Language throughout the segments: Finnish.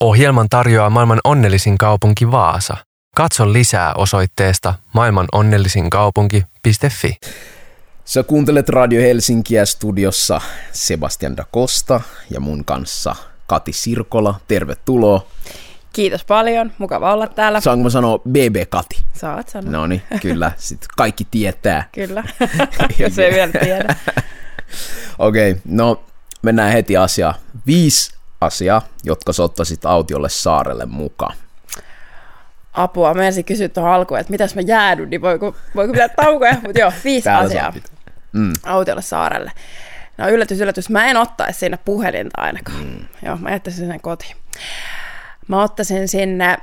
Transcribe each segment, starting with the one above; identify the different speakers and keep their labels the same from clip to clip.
Speaker 1: Ohjelman tarjoaa maailman onnellisin kaupunki Vaasa. Katso lisää osoitteesta maailmanonnellisinkaupunki.fi.
Speaker 2: Sä kuuntelet Radio Helsinkiä, studiossa Sebastian da Costa ja mun kanssa Kati Sirkola. Tervetuloa.
Speaker 3: Kiitos paljon, mukava olla täällä.
Speaker 2: Saanko mä sanoa BB Kati?
Speaker 3: Saat sanoa.
Speaker 2: No niin, kyllä. Sitten kaikki tietää.
Speaker 3: Kyllä, jos ei vielä tiedä.
Speaker 2: Okei, no mennään heti asiaan. 5 asiaa, jotka sä ottaisit autiolle saarelle mukaan.
Speaker 3: Apua, mä ensin kysyä tuohon alkuun, että mitäs mä jäädyn, niin voiko pitää taukoja? Mutta joo, 5 asiaa autiolle saarelle. No yllätys, mä en ottaisi siinä puhelinta ainakaan. Joo, mä jättäisin sen kotiin. Mä ottaisin sinne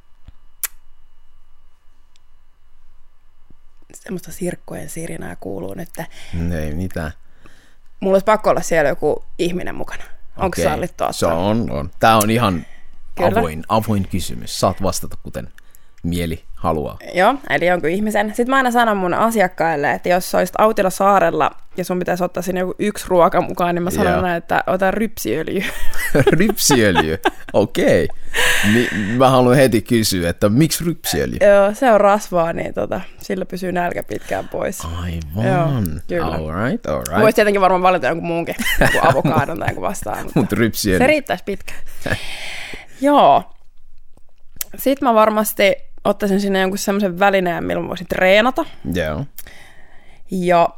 Speaker 3: semmoista sirkkojen sirinää kuuluu nyt.
Speaker 2: Ei mitään.
Speaker 3: Mulla olisi pakko olla siellä joku ihminen mukana. Onko se sallittua?
Speaker 2: Se on. Tää on ihan avoin kysymys. Saat vastata kuten mieli haluaa.
Speaker 3: Joo, eli jonkun ihmisen. Sitten mä aina sanon mun asiakkaille, että jos olisit autiolla saarella ja sun pitäisi ottaa sinne joku 1 ruoka mukaan, niin mä sanon näin, että ota rypsiöljy.
Speaker 2: Rypsiöljy? Okei. Mä haluan heti kysyä, että miksi rypsiöljy?
Speaker 3: Joo, se on rasvaa, niin sillä pysyy nälkä pitkään pois.
Speaker 2: Aivan.
Speaker 3: Joo, kyllä.
Speaker 2: All right.
Speaker 3: Voisi tietenkin varmaan valita jonkun muunkin, joku avokadon tai jonkun vastaan.
Speaker 2: Mutta rypsiöljy.
Speaker 3: Se riittäisi pitkään. Joo. Sitten mä varmasti ottaisin sinne jonkun semmoisen välineen, millä mä voisin treenata.
Speaker 2: Joo.
Speaker 3: Ja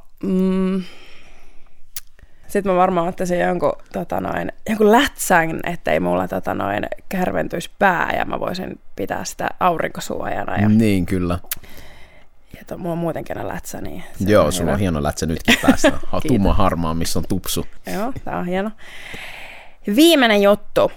Speaker 3: sitten mä varmaan ottaisin jonkun lätsän, ettei mulla kärventyisi pää ja mä voisin pitää sitä aurinkosuojana. Ja
Speaker 2: niin, kyllä.
Speaker 3: Ja mulla on muutenkin aina lätsä. Niin
Speaker 2: joo, sulla on hieno lätsä nytkin päästä. Tumma harmaa, missä on tupsu.
Speaker 3: Joo, tää on hieno. Viimeinen juttu.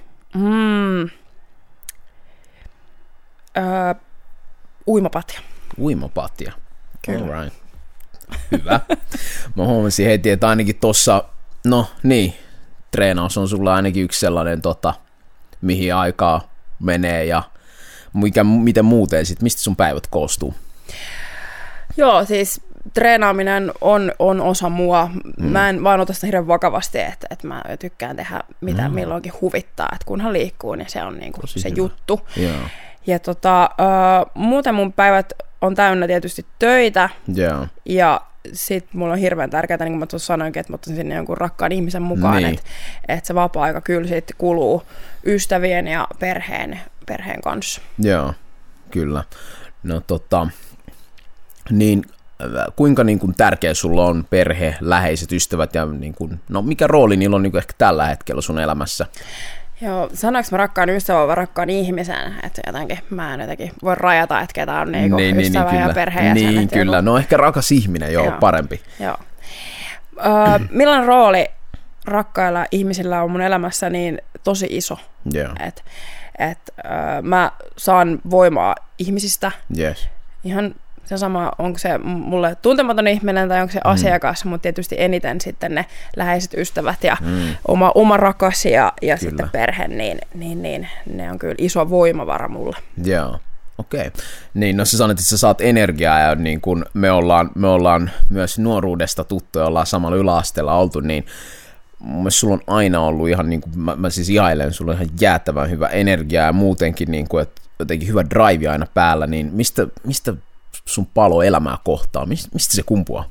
Speaker 3: Uimapatja.
Speaker 2: Uimapatja.
Speaker 3: Kyllä.
Speaker 2: All right. Hyvä. Mä huomasin heti, että ainakin tossa, treenaus on sulla ainakin yksi sellainen, mihin aikaa menee ja miten muuten sit, mistä sun päivät koostuu?
Speaker 3: Joo, siis treenaaminen on osa mua. Mä en vaan ota sitä hirveän vakavasti, että mä tykkään tehdä mitä milloinkin huvittaa, että kunhan liikkuu, niin se on niinku se hyvä juttu.
Speaker 2: Joo.
Speaker 3: Ja muuten mun päivät on täynnä tietysti töitä.
Speaker 2: Yeah.
Speaker 3: Ja sit mulla on hirveän tärkeää, niin kuin mä tuossa sanoinkin, että mä ottaisin sinne jonkun rakkaan ihmisen mukaan,
Speaker 2: niin.
Speaker 3: että se vapaa-aika kyllä sit kuluu ystävien ja perheen kanssa.
Speaker 2: Joo, kyllä. No niin kuinka niin kuin tärkeä sulla on perhe, läheiset ystävät ja niin kuin, mikä rooli niillä on niin kuin ehkä tällä hetkellä sun elämässä?
Speaker 3: Joo, sanoinko mä rakkaan ystävän vai rakkaan ihmisen, että jotenkin mä en jotenkin voi rajata, että ketä on ystävä ja perheenjäsen.
Speaker 2: Niin, kyllä. No ehkä rakas ihminen, joo, parempi.
Speaker 3: Joo. Millainen rooli rakkailla ihmisillä on mun elämässä, niin tosi iso.
Speaker 2: Yeah.
Speaker 3: Mä saan voimaa ihmisistä.
Speaker 2: Yes.
Speaker 3: Ihan se sama, onko se mulle tuntematon ihminen tai onko se asiakas, mutta tietysti eniten sitten ne läheiset ystävät ja oma rakas ja sitten perhe, niin ne on kyllä iso voimavara mulle.
Speaker 2: Joo, okei. Niin, no sä sanoit, että sä saat energiaa ja niin kun me ollaan myös nuoruudesta tuttuja, ollaan samalla yläasteella oltu, niin mun mielestä sulla on aina ollut ihan niin kuin, mä siis ihailen, sulla on ihan jäätävän hyvä energia ja muutenkin niin kuin, että jotenkin hyvä drive aina päällä, niin mistä sun palo elämää kohtaa? Mistä se kumpuaa?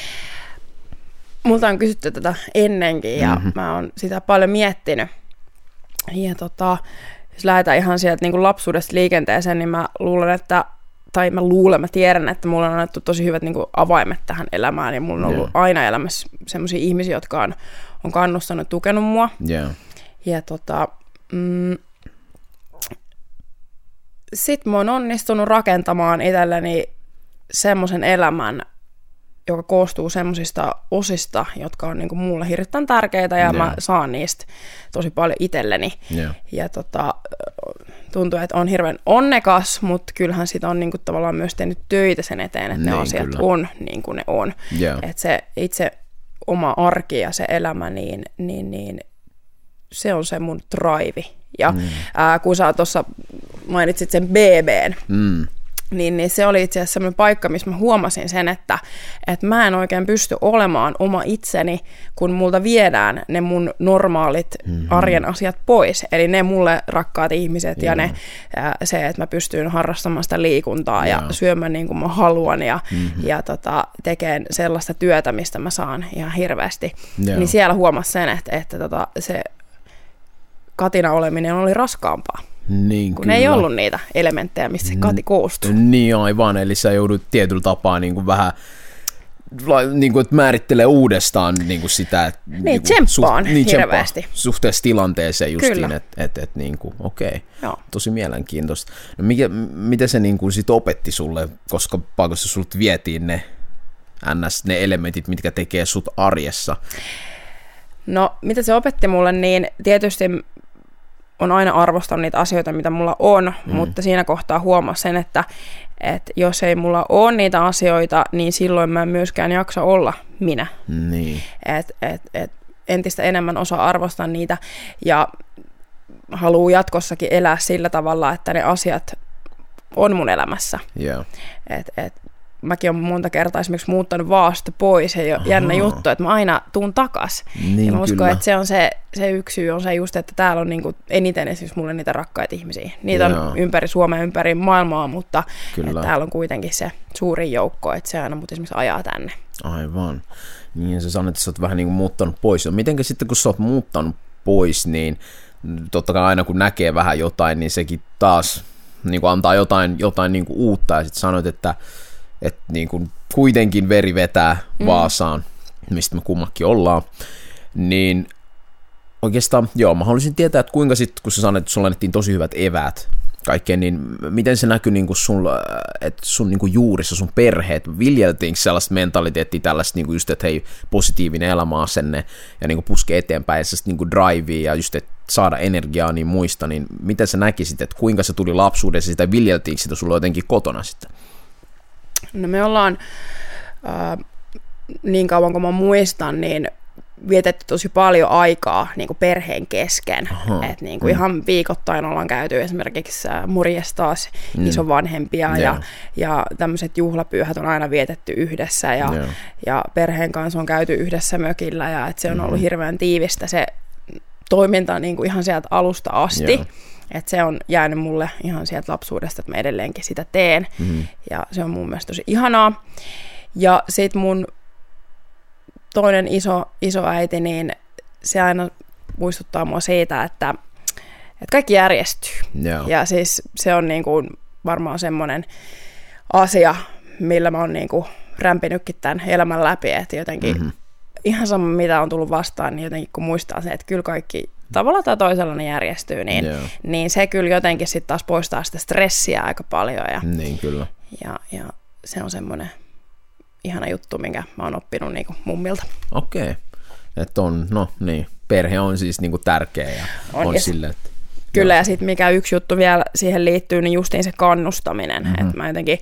Speaker 3: Multa on kysytty tätä ennenkin ja mä oon sitä paljon miettinyt. Ja jos lähdetään ihan sieltä niin kuin lapsuudesta liikenteeseen, niin mä tiedän, että mulla on annettu tosi hyvät niin kuin avaimet tähän elämään ja mulla on ollut aina elämässä sellaisia ihmisiä, jotka on kannustanut, tukenut mua.
Speaker 2: Yeah.
Speaker 3: Ja sit mä oon onnistunut rakentamaan itselleni semmoisen elämän, joka koostuu semmoisista osista, jotka on niinku mulle hirveän tärkeitä ja mä saan niistä tosi paljon itselleni. Ja tuntuu, että on hirveän onnekas, mutta kyllähän sitä on niinku tavallaan myös tehnyt töitä sen eteen, että ne asiat on niin kuin ne on. Että se itse oma arki ja se elämä, niin se on se mun drive. Ja kun sä tuossa mainitsit sen BBn, niin se oli itse asiassa sellainen paikka, missä mä huomasin sen, että mä en oikein pysty olemaan oma itseni, kun multa viedään ne mun normaalit arjen asiat pois. Eli ne mulle rakkaat ihmiset ja se, että mä pystyn harrastamaan sitä liikuntaa ja syömään niin kuin mä haluan ja tekemään sellaista työtä, mistä mä saan ihan hirveästi. Niin siellä huomasin sen, että se katina oleminen oli raskaampaa.
Speaker 2: Niin,
Speaker 3: kun
Speaker 2: kyllä.
Speaker 3: ei ollut niitä elementtejä, mistä se kati koostuu.
Speaker 2: Niin aivan, eli sä joudut tietyllä tapaa niin kuin vähän niin kuin, että määrittelee uudestaan niin kuin sitä, että
Speaker 3: niin tsemppaan hirveästi.
Speaker 2: Suhteessa tilanteeseen justiin, että niin kuin, okei. Tosi mielenkiintoista. No mitä se niin kuin sit opetti sulle, koska paikoissa sulta vietiin ne elementit, mitkä tekee sut arjessa?
Speaker 3: No, mitä se opetti mulle, niin tietysti on aina arvostanut niitä asioita, mitä mulla on, mutta siinä kohtaa huomasi sen, että jos ei mulla ole niitä asioita, niin silloin mä en myöskään jaksa olla minä.
Speaker 2: Niin.
Speaker 3: Entistä enemmän osaa arvostaa niitä ja haluaa jatkossakin elää sillä tavalla, että ne asiat on mun elämässä.
Speaker 2: Yeah.
Speaker 3: Mäkin olen monta kertaa esimerkiksi muuttanut Vaasta pois ja jännä juttu, että mä aina tuun takas.
Speaker 2: Niin,
Speaker 3: ja mä uskon, että se yksi syy on se just, että täällä on niinku eniten esimerkiksi mulle niitä rakkaita ihmisiä. Niitä on ympäri Suomea, ympäri maailmaa, mutta täällä on kuitenkin se suurin joukko, että se aina mut esimerkiksi ajaa tänne.
Speaker 2: Aivan. Niin sä sanoit, että sä oot vähän niin kuin muuttanut pois. No, mitenkä sitten kun sä oot muuttanut pois, niin totta kai aina kun näkee vähän jotain, niin sekin taas niin kuin antaa jotain niin kuin uutta. Ja sitten sanoit, että niin kuin kuitenkin veri vetää Vaasaan, mistä me kummakin ollaan, niin oikeastaan, mä haluaisin tietää, että kuinka sitten, kun sä sanoit, että sulla annettiin tosi hyvät eväät kaikkeen, niin miten se näkyi niin kuin sun niin kuin juurissa, sun perheet, viljeltiinkö sellaista mentaliteettia tällaista, niin kuin just, että hei, positiivinen elämäasenne ja niin kuin puske eteenpäin, ja niin kuin drivea ja just, että saada energiaa niin muista, niin miten sä näkisit, että kuinka se tuli lapsuudessa, sitä viljeltiinkö sitä sulla jotenkin kotona sitten?
Speaker 3: No me ollaan niin kauan kuin mä muistan, niin vietetty tosi paljon aikaa niin kuin perheen kesken. Et niin kuin ihan viikoittain ollaan käyty esimerkiksi murjestaas isovanhempia ja tämmöiset juhlapyhät on aina vietetty yhdessä ja perheen kanssa on käyty yhdessä mökillä ja et se on ollut hirveän tiivistä se toiminta niin kuin ihan sieltä alusta asti. Että se on jäänyt mulle ihan sieltä lapsuudesta, että mä edelleenkin sitä teen. Ja se on mun mielestä tosi ihanaa. Ja sit mun toinen isoäiti, niin se aina muistuttaa mua siitä, että kaikki järjestyy. Ja siis se on niin kuin varmaan semmoinen asia, millä mä oon niin kuin rämpinytkin tämän elämän läpi. Että jotenkin ihan sama mitä on tullut vastaan, niin jotenkin kun muistaa se, että kyllä kaikki tavalla tai toisella ne järjestyy, niin se kyllä jotenkin sitten taas poistaa sitä stressiä aika paljon.
Speaker 2: Niin kyllä.
Speaker 3: Ja se on semmoinen ihana juttu, minkä mä oon oppinut niinku mummilta.
Speaker 2: Okei. Että on, no niin, perhe on siis niinku tärkeä ja on sille, että
Speaker 3: kyllä, ja sitten mikä yksi juttu vielä siihen liittyy, niin justiin se kannustaminen. Että mä jotenkin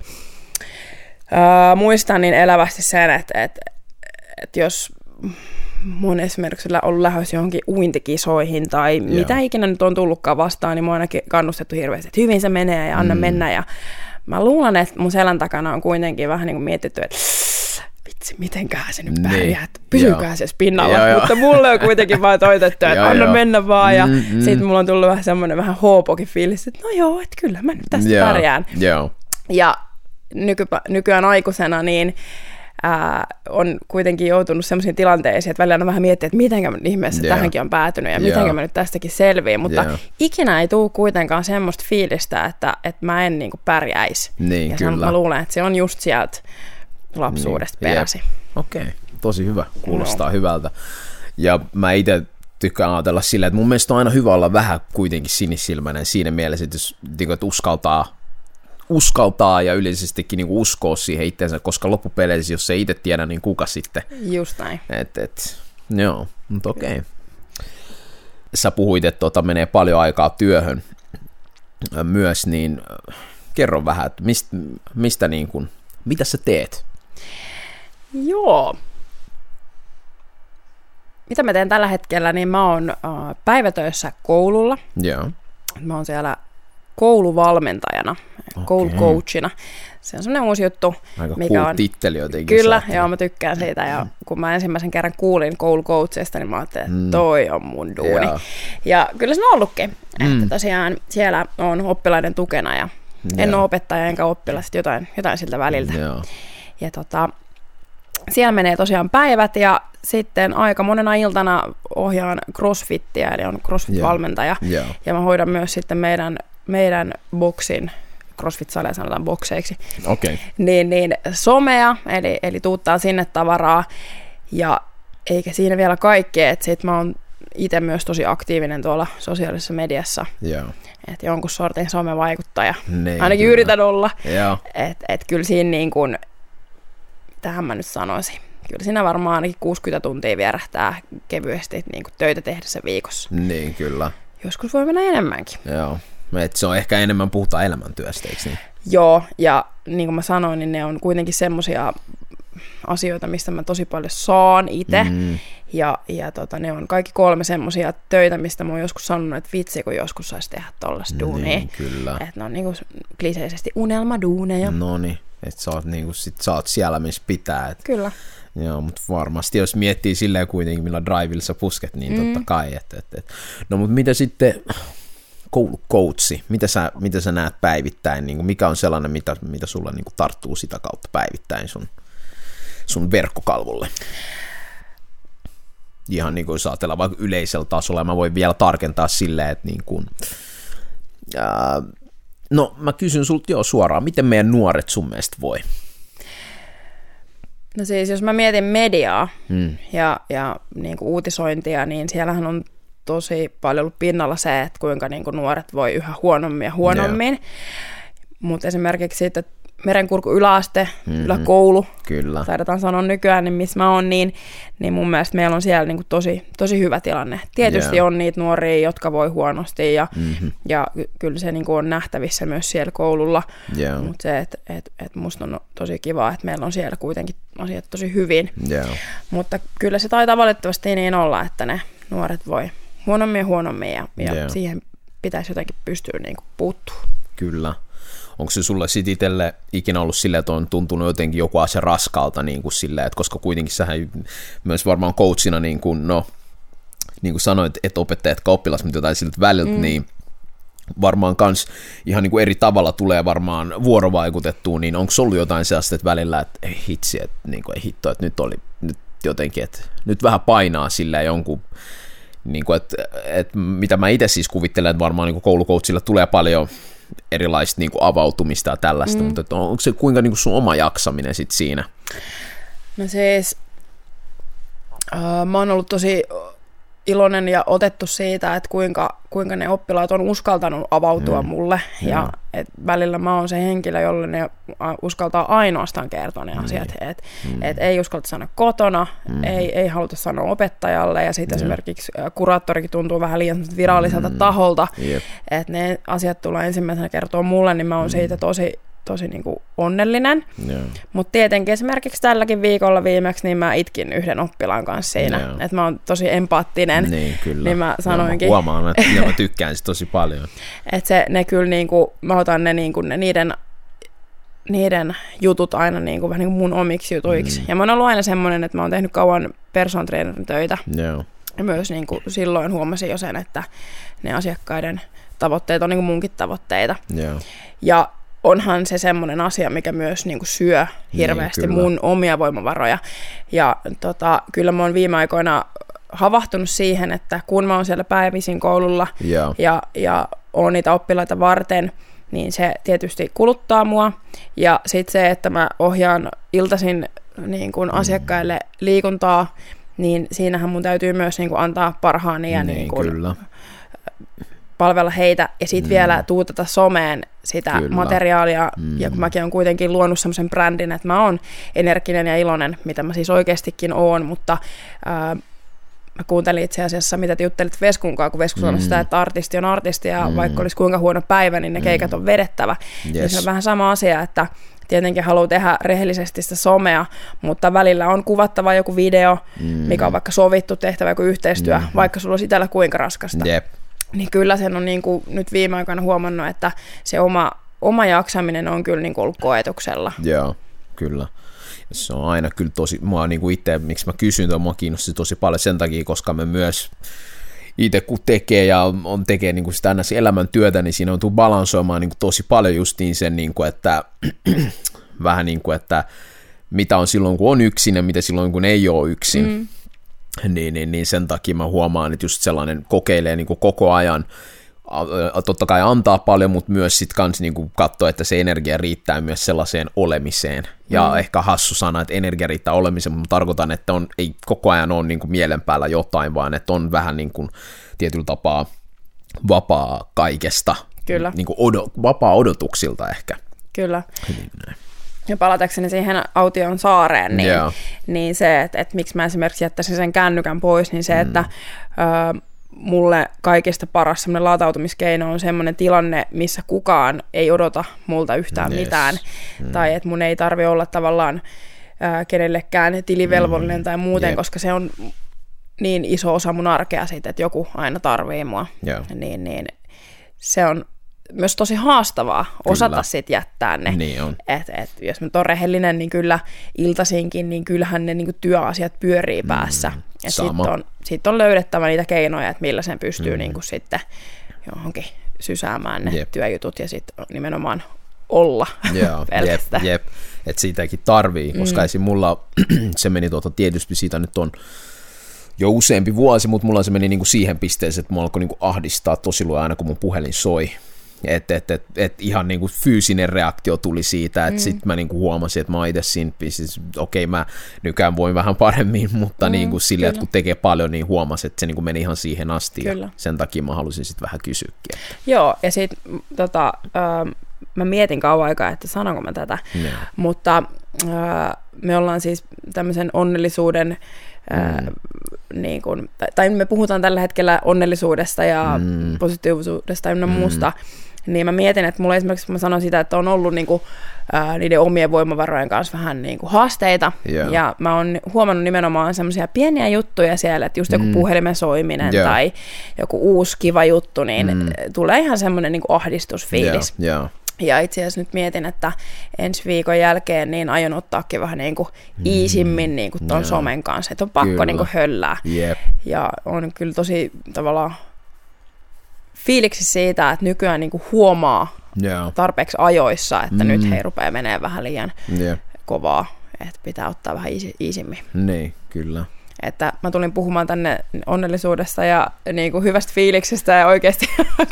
Speaker 3: muistan niin elävästi sen, että jos mun esimerkiksi ollut lähdössä johonkin uintikisoihin tai mitä ikinä nyt on tullutkaan vastaan, niin mä oon ainakin kannustettu hirveästi, että hyvin se menee ja anna mennä. Ja mä luulen, että mun selän takana on kuitenkin vähän niin kuin mietitty, että vitsi, mitenköhän se nyt pärjää, että pysyykää se pinnalla. Mutta mulle on kuitenkin vaan toitettu, että anna mennä vaan. Ja sitten mulla on tullut vähän semmoinen vähän hoopokin fiilis, että no joo, että kyllä mä nyt tästä pärjään. Ja nykyään aikuisena niin on kuitenkin joutunut sellaisiin tilanteisiin, että välillä on vähän miettiä, että mitenkä ihmeessä tähänkin on päätynyt ja mitenkä mä nyt tästäkin selviin, mutta ikinä ei tule kuitenkaan semmoista fiilistä, että mä en niinku pärjäisi.
Speaker 2: Niin,
Speaker 3: ja
Speaker 2: kyllä.
Speaker 3: Mä luulen, että se on just sieltä lapsuudesta peräisin.
Speaker 2: Okei, tosi hyvä. Kuulostaa hyvältä. Ja mä itse tykkään ajatella sillä, että mun mielestä on aina hyvä olla vähän kuitenkin sinisilmäinen siinä mielessä, että jos että uskaltaa ja yleisestikin niin uskoo siihen itseensä, koska loppupeleissä, jos ei itse tiedä, niin kuka sitten.
Speaker 3: Just näin.
Speaker 2: Joo, mutta okei. Sä puhuit, että menee paljon aikaa työhön myös, niin kerro vähän, että mistä niin kuin, mitä sä teet?
Speaker 3: Joo. Mitä mä teen tällä hetkellä, niin mä oon päivätöissä koululla.
Speaker 2: Joo.
Speaker 3: Mä oon siellä kouluvalmentajana, koulucoachina. Se on semmoinen uusi juttu.
Speaker 2: Aika
Speaker 3: mikä
Speaker 2: cool
Speaker 3: on
Speaker 2: titteli jotenkin.
Speaker 3: Kyllä, joo, mä tykkään siitä. Ja kun mä ensimmäisen kerran kuulin koulucoachista, niin mä ajattelin, että toi on mun duuni. Ja kyllä se on ollutkin. Että tosiaan siellä on oppilaiden tukena ja en ole opettaja enkä oppilas, jotain siltä väliltä. Ja siellä menee tosiaan päivät ja sitten aika monena iltana ohjaan CrossFittiä, eli on CrossFit-valmentaja. Ja mä hoidan myös sitten meidän boksin, CrossFit-saleja sanotaan bokseiksi, niin somea, eli tuuttaa sinne tavaraa. Ja eikä siinä vielä kaikkea, että sit mä oon itse myös tosi aktiivinen tuolla sosiaalisessa mediassa. Että jonkun sortin somevaikuttaja. Ainakin yritän olla. Että kyllä siinä niin kuin, tähän mä nyt sanoisin, kyllä siinä varmaan ainakin 60 tuntia vierähtää kevyesti niin kuin töitä tehdessä viikossa.
Speaker 2: Niin, kyllä.
Speaker 3: Joskus voi mennä enemmänkin.
Speaker 2: Joo. Et se on ehkä enemmän puhutaan elämäntyöstä, eikö niin?
Speaker 3: Joo, ja niin kuin mä sanoin, niin ne on kuitenkin semmoisia asioita, mistä mä tosi paljon saan itse. Ja ne on kaikki 3 semmoisia töitä, mistä mä oon joskus sanonut, että vitsi, kun joskus saisi tehdä tollaista duunia.
Speaker 2: Niin, kyllä.
Speaker 3: Että ne on niinku kliseisesti unelmaduuneja.
Speaker 2: Noniin, että sä oot siellä, missä pitää.
Speaker 3: Kyllä.
Speaker 2: Joo, mutta varmasti, jos miettii silleen kuitenkin, millä drivilla sä pusket, niin totta kai. No, mutta mitä sitten koulucoachi, mitä sä näet päivittäin? Niin mikä on sellainen, mitä sulla niin tarttuu sitä kautta päivittäin sun verkkokalvolle? Ihan niin kuin jos ajatellaan vaikka yleisellä tasolla, ja mä voin vielä tarkentaa silleen, että niin kuin, no mä kysyn sulta suoraan, miten meidän nuoret sun mielestä voi?
Speaker 3: No siis jos mä mietin mediaa ja niin kuin uutisointia, niin siellähän on tosi paljon ollut pinnalla se, että kuinka niin kuin nuoret voi yhä huonommin ja huonommin. Mutta esimerkiksi sitten Merenkurkun yläaste, yläkoulu,
Speaker 2: kyllä.
Speaker 3: Taidetaan sanoa nykyään, niin missä mä oon, niin mun mielestä meillä on siellä niin kuin tosi hyvä tilanne. Tietysti on niitä nuoria, jotka voi huonosti, ja kyllä se niin kuin on nähtävissä myös siellä koululla, mutta se, että musta on tosi kiva, että meillä on siellä kuitenkin asiat tosi hyvin. Mutta kyllä se taitaa valitettavasti niin olla, että ne nuoret voi huonommin ja siihen pitäisi jotenkin pystyä niin kuin puuttumaan.
Speaker 2: Kyllä. Onko se sulle sitten itselle ikinä ollut silleen, että on tuntunut jotenkin joku asia raskalta, niin kuin silleen, että koska kuitenkin sähän myös varmaan coachina, niin kuin sanoit, että opettajat oppilas, mutta jotain siltä väliltä, niin varmaan kans ihan niin kuin eri tavalla tulee varmaan vuorovaikutettua, niin onko se ollut jotain sellaista, että välillä, että ei hitsi, että niin kuin, ei hitto, että nyt jotenkin, että nyt vähän painaa silleen jonkun, niin kuin, että mitä mä itse siis kuvittelen, että varmaan niin koulucoachilla tulee paljon erilaista niin kuin avautumista ja tällaista, mutta onko se kuinka niin kuin sun oma jaksaminen sit siinä?
Speaker 3: No siis, mä oon ollut tosi iloinen ja otettu siitä, että kuinka ne oppilaat on uskaltanut avautua mulle, ja et välillä mä oon se henkilö, jolle ne uskaltaa ainoastaan kertoa ne asiat, että ei uskalta sanoa kotona, ei haluta sanoa opettajalle, ja sitten esimerkiksi kuraattorikin tuntuu vähän liian viralliselta taholta, että ne asiat tulee ensimmäisenä kertoa mulle, niin mä oon siitä tosi niin kuin onnellinen. Mutta tietenkin esimerkiksi tälläkin viikolla viimeksi niin mä itkin yhden oppilaan kanssa siinä, että mä oon tosi empaattinen, niin mä sanoinkin.
Speaker 2: Mä huomaan, että mä tykkään sitä tosi paljon.
Speaker 3: Että ne kyllä, niin kuin, mä otan ne, niin kuin, niiden jutut aina niin kuin, vähän niin kuin mun omiksi jutuiksi. Ja mä oon ollut aina semmoinen, että mä oon tehnyt kauan personal trainerin töitä. Ja myös niin kuin, silloin huomasin jo sen, että ne asiakkaiden tavoitteet on niin kuin munkin tavoitteita. Ja onhan se semmoinen asia, mikä myös niin kuin syö hirveästi mun omia voimavaroja. Ja kyllä mä oon viime aikoina havahtunut siihen, että kun mä oon siellä päivisin koululla ja oon niitä oppilaita varten, niin se tietysti kuluttaa mua. Ja sitten se, että mä ohjaan iltaisin niin kuin asiakkaille liikuntaa, niin siinähän mun täytyy myös niin kuin antaa parhaani ja niin kuin palvella heitä ja sitten vielä tuutata someen sitä materiaalia, ja kun mäkin olen kuitenkin luonut semmoisen brändin, että mä oon energinen ja iloinen, mitä mä siis oikeastikin oon, mutta mä kuuntelin itse asiassa, mitä te juttelit Veskunkaan, kun Vesku sanoi sitä, että artisti on artisti, ja vaikka olisi kuinka huono päivä, niin ne keikat on vedettävä. Ja se on vähän sama asia, että tietenkin haluaa tehdä rehellisesti sitä somea, mutta välillä on kuvattava joku video, mikä on vaikka sovittu, tehtävä joku yhteistyö, vaikka sulla on itsellä kuinka raskasta. niin kyllä sen on niin kuin nyt viime aikoina huomannut, että se oma jaksaminen on kyllä niin kuin ollut koetuksella.
Speaker 2: Joo, kyllä. Se on aina kyllä tosi, mua niin kuin itse, miksi mä kysyn, mua kiinnosti tosi paljon sen takia, koska me myös itse kun tekee ja tekee niin kuin sitä aina elämäntyötä, niin siinä on tullut balansoimaan niin kuin tosi paljon justiin sen, niin kuin, että vähän niin kuin, että mitä on silloin, kun on yksin ja mitä silloin, kun ei ole yksin. Niin sen takia mä huomaan, että just sellainen kokeilee niin kuin koko ajan, totta kai antaa paljon, mutta myös sitten kans niin katsoa, että se energia riittää myös sellaiseen olemiseen. Ja ehkä hassu sana, että energia riittää olemiseen, mutta tarkoitan, että ei koko ajan ole niin kuin mielen päällä jotain, vaan että on vähän niin kuin tietyllä tapaa vapaa kaikesta.
Speaker 3: Kyllä.
Speaker 2: Niin kuin vapaa odotuksilta ehkä.
Speaker 3: Kyllä. Ja palatakseni siihen Aution saareen, niin se, että miksi mä esimerkiksi jättäisin sen kännykän pois, niin se, että mulle kaikista paras semmoinen latautumiskeino on semmoinen tilanne, missä kukaan ei odota multa yhtään mitään. Tai että mun ei tarvi olla tavallaan kenellekään tilivelvollinen tai muuten, koska se on niin iso osa mun arkea siitä, että joku aina tarvii mua. Niin se on myös tosi haastavaa osata sit jättää ne.
Speaker 2: Niin on.
Speaker 3: Et jos mä oon rehellinen, niin kyllä iltaisinkin, niin kyllähän ne niinku työasiat pyörii päässä. Sitten on löydettävä niitä keinoja, että millä sen pystyy niinku sitten johonkin sysäämään ne työjutut ja sitten nimenomaan olla pelkästään.
Speaker 2: Jep. Että siitäkin tarvii, koska esim. Mulla se meni tietysti siitä nyt on jo useampi vuosi, mutta mulla se meni niinku siihen pisteeseen, että mulla alkoi niinku ahdistaa tosi luo aina, kun mun puhelin soi. Et ihan niinku fyysinen reaktio tuli siitä, että sitten mä niinku huomasin, että mä oon itse siinä pisteessä, okei, mä nykään voin vähän paremmin, mutta niinku silleen, että kun tekee paljon, niin huomasin, että se niinku meni ihan siihen asti. Ja sen takia mä halusin sitten vähän kysyäkin.
Speaker 3: Joo, ja sitten mä mietin kauan aikaa, että sanonko mä tätä, mutta me ollaan siis tämmöisen onnellisuuden niin kun, tai me puhutaan tällä hetkellä onnellisuudesta ja positiivisuudesta ja muusta, niin mä mietin, että mulla esimerkiksi, kun mä sanon sitä, että on ollut niinku, niiden omien voimavarojen kanssa vähän niinku haasteita, ja mä oon huomannut nimenomaan semmoisia pieniä juttuja siellä, että just joku puhelimen soiminen tai joku uusi kiva juttu, niin tulee ihan semmoinen niinku ahdistusfiilis. Ja itse asiassa nyt mietin, että ensi viikon jälkeen niin aion ottaakin vähän niin kuin iisimmin niin kuin ton somen kanssa, että on pakko niin kuin höllää. Ja on kyllä tosi tavallaan fiiliksi siitä, että nykyään niin kuin huomaa tarpeeksi ajoissa, että nyt hei rupeaa menee vähän liian kovaa, että pitää ottaa vähän iisimmin.
Speaker 2: Niin, kyllä.
Speaker 3: Että mä tulin puhumaan tänne onnellisuudesta ja niin kuin hyvästä fiiliksestä ja oikeasti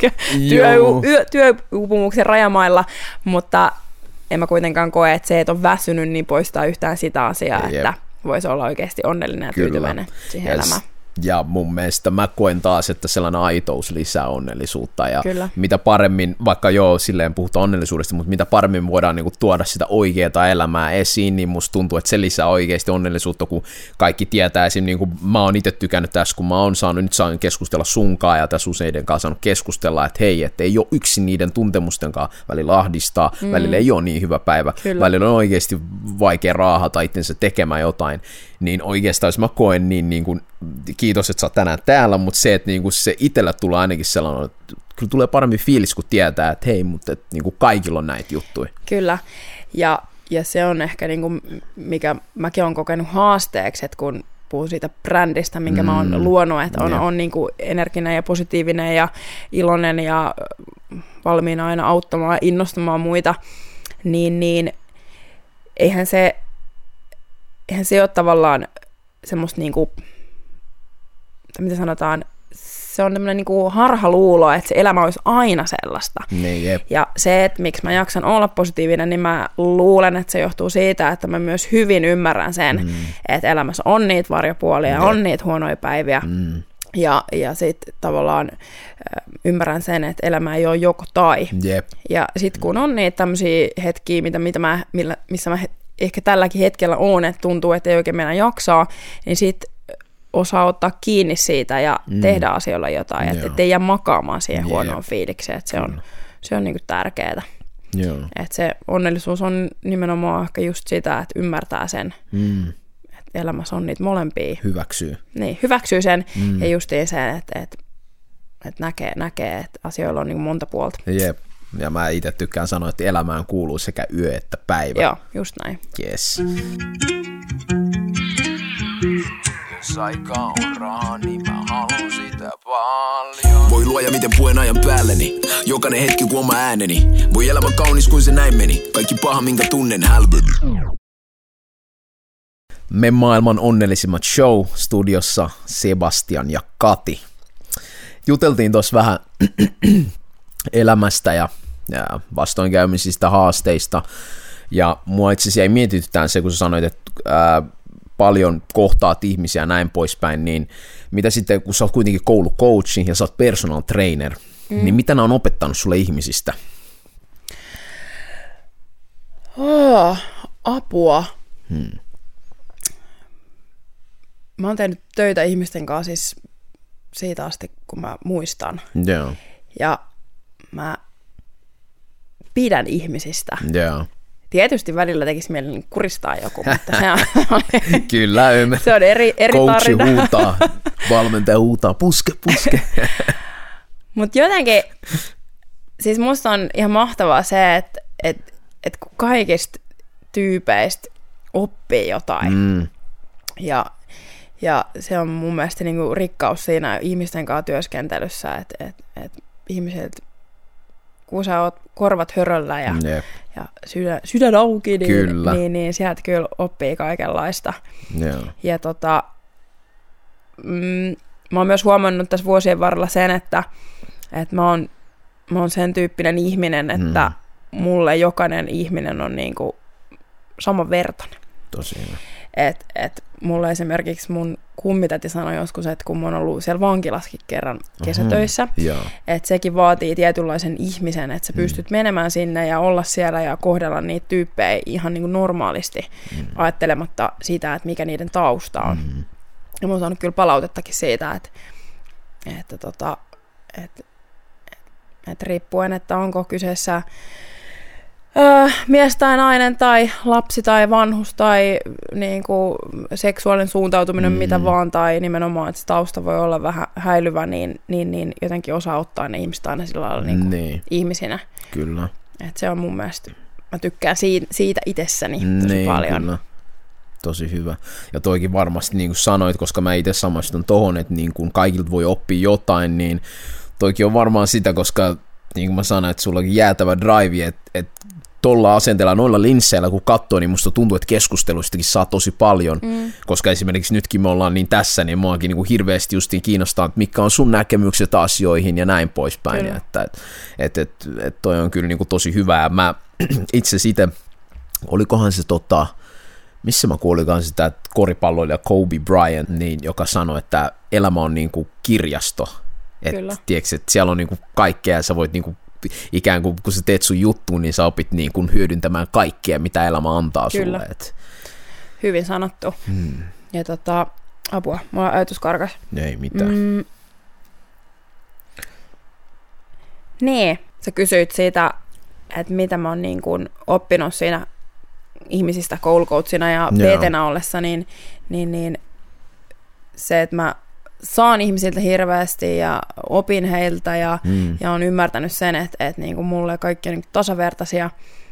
Speaker 3: työuupumuksen rajamailla, mutta en mä kuitenkaan koe, että se, että on väsynyt, niin poistaa yhtään sitä asiaa, että voisi olla oikeasti onnellinen ja tyytyväinen siihen elämään.
Speaker 2: Ja mun mielestä mä koen taas, että sellainen aitous lisää onnellisuutta ja mitä paremmin, vaikka silleen puhutaan onnellisuudesta, mutta mitä paremmin voidaan niinku tuoda sitä oikeaa elämää esiin, niin musta tuntuu, että se lisää oikeasti onnellisuutta, kun kaikki tietää esim. Niin kuin mä oon itse tykännyt tässä, kun mä oon saanut keskustella sunkaan ja tässä useiden kanssa saanut keskustella, että hei, että ei ole yksin niiden tuntemusten kanssa, välillä ahdistaa, välillä ei ole niin hyvä päivä, välillä on oikeasti vaikea raahata itsensä tekemään jotain, niin oikeastaan jos mä koen niin kuin, kiitos, että sä oot tänään täällä, mutta se, että niin kuin se itsellä tulee ainakin sellainen, että kyllä tulee paremmin fiilis, kun tietää, että hei, mutta että niin kuin kaikilla on näitä juttuja.
Speaker 3: Kyllä, ja se on ehkä, niin kuin, mikä mäkin olen kokenut haasteeksi, että kun puhun siitä brändistä, minkä mä oon luonut, että on niin kuin energinen ja positiivinen ja iloinen ja valmiina aina auttamaan ja innostamaan muita, niin eihän se ole tavallaan semmoista niinku, mitä sanotaan, se on tämmöinen niinku harhaluulo, että se elämä olisi aina sellaista. Ja se, että miksi mä jaksan olla positiivinen, niin mä luulen, että se johtuu siitä, että mä myös hyvin ymmärrän sen, että elämässä on niitä varjopuolia, on niitä huonoja päiviä. Ja sitten tavallaan ymmärrän sen, että elämä ei ole joko tai. Ja sitten kun on niitä tämmöisiä hetkiä, missä mä ehkä tälläkin hetkellä on, että tuntuu, että ei oikein mennä jaksaa, niin sitten osaa ottaa kiinni siitä ja tehdä asioilla jotain, että ei jää makaamaan siihen huonoon fiilikseen, että se on niinku tärkeää. Että se onnellisuus on nimenomaan ehkä just sitä, että ymmärtää sen, että elämässä on niitä molempia.
Speaker 2: Hyväksyy.
Speaker 3: Niin, hyväksyy sen ja justiin sen, että näkee, että asioilla on niin monta puolta.
Speaker 2: Jep. Ja mä itse tykkään sanoa, että elämään kuuluu sekä yö että päivä.
Speaker 3: Joo, just näin.
Speaker 2: Yes. Jos aika on rahaa, niin mä haluun sitä paljon. Voi luoja, miten puen ajan päälleni. Jokainen hetki kun oma ääneni. Voi elämä kaunis kuin se näin meni. Kaikki paha, minkä tunnen hälveni. Me maailman onnellisimmat show studiossa Sebastian ja Kati. Juteltiin tuossa vähän elämästä ja vastoinkäymisistä, haasteista. Ja mua itse asiassa jäi mietitytään se, kun sä sanoit, että paljon kohtaat ihmisiä ja näin poispäin, niin mitä sitten, kun sä oot kuitenkin koulucoachi ja sä oot personal trainer, niin mitä nämä on opettanut sulle ihmisistä?
Speaker 3: Apua. Mä oon tehnyt töitä ihmisten kanssa siis siitä asti, kun mä muistan.
Speaker 2: Joo.
Speaker 3: Ja mä pidän ihmisistä.
Speaker 2: Joo.
Speaker 3: Tietysti välillä tekisi mieli kuristaa joku, mutta se on,
Speaker 2: Kyllä,
Speaker 3: se on eri
Speaker 2: coachi
Speaker 3: tarina.
Speaker 2: huutaa, valmentaja huutaa, puske.
Speaker 3: Mutta jotenkin, siis musta on ihan mahtavaa se, että kun kaikista tyypeistä oppii jotain. Ja se on mun mielestä niinku rikkaus siinä ihmisten kanssa työskentelyssä, että ihmiset, kun sä oot korvat höröllä ja sydän auki, niin sieltä kyllä oppii kaikenlaista.
Speaker 2: Joo.
Speaker 3: Ja mä oon myös huomannut tässä vuosien varrella sen, että mä oon sen tyyppinen ihminen, että mulle jokainen ihminen on niinku samanvertainen.
Speaker 2: Tosi hyvä.
Speaker 3: Et mulle esimerkiksi mun kummitäti sanoi joskus, että kun mä oon ollut siellä vankilaskin kerran kesätöissä, että sekin vaatii tietynlaisen ihmisen, että sä pystyt menemään sinne ja olla siellä ja kohdella niitä tyyppejä ihan niin kuin normaalisti, ajattelematta sitä, että mikä niiden tausta on. Ja mä oon saanut kyllä palautettakin siitä, että riippuen, että onko kyseessä mies tai nainen tai lapsi tai vanhus tai niinku seksuaalinen suuntautuminen, mitä vaan, tai nimenomaan, että se tausta voi olla vähän häilyvä, niin jotenkin osaa ottaa ne ihmiset aina sillä lailla niinku ihmisinä.
Speaker 2: Kyllä.
Speaker 3: Et se on mun mielestä, mä tykkään siitä itsessäni tosi paljon. Kyllä.
Speaker 2: Tosi hyvä. Ja toikin varmasti, niin kuin sanoit, koska mä itse samastun tohon, että niin kuin kaikilta voi oppia jotain, niin toikin on varmaan sitä, koska niin kuin mä sanoin, että sulla on jäätävä drive, että tuolla asenteella, noilla linsseillä, kun katsoo, niin musta tuntuu, että keskusteluistakin saa tosi paljon, koska esimerkiksi nytkin me ollaan niin tässä, niin muakin niin kuin hirveästi justiin kiinnostaa, että mitkä on sun näkemykset asioihin ja näin poispäin. Että toi on kyllä niin kuin tosi hyvä. Ja mä itse siitä, olikohan se missä mä kuulikaan sitä koripalloilija Kobe Bryant, niin, joka sanoi, että elämä on niin kuin kirjasto. Että siellä on niin kuin kaikkea ja sä voit niin kuin ikään kuin kun sä teet sun juttuun, niin sä opit niin kuin hyödyntämään kaikkea, mitä elämä antaa sulle.
Speaker 3: Hyvin sanottu. Ja apua, mulla ajatus karkas.
Speaker 2: Ei mitään.
Speaker 3: Niin, sä kysyit siitä, että mitä mä oon niin kuin oppinut siinä ihmisistä koulucoachina ja PT-nä ollessa, niin se, että mä saan ihmisiltä hirveästi ja opin heiltä ja on ymmärtänyt sen, että niinku mulle kaikki on niinku tasavertaisia.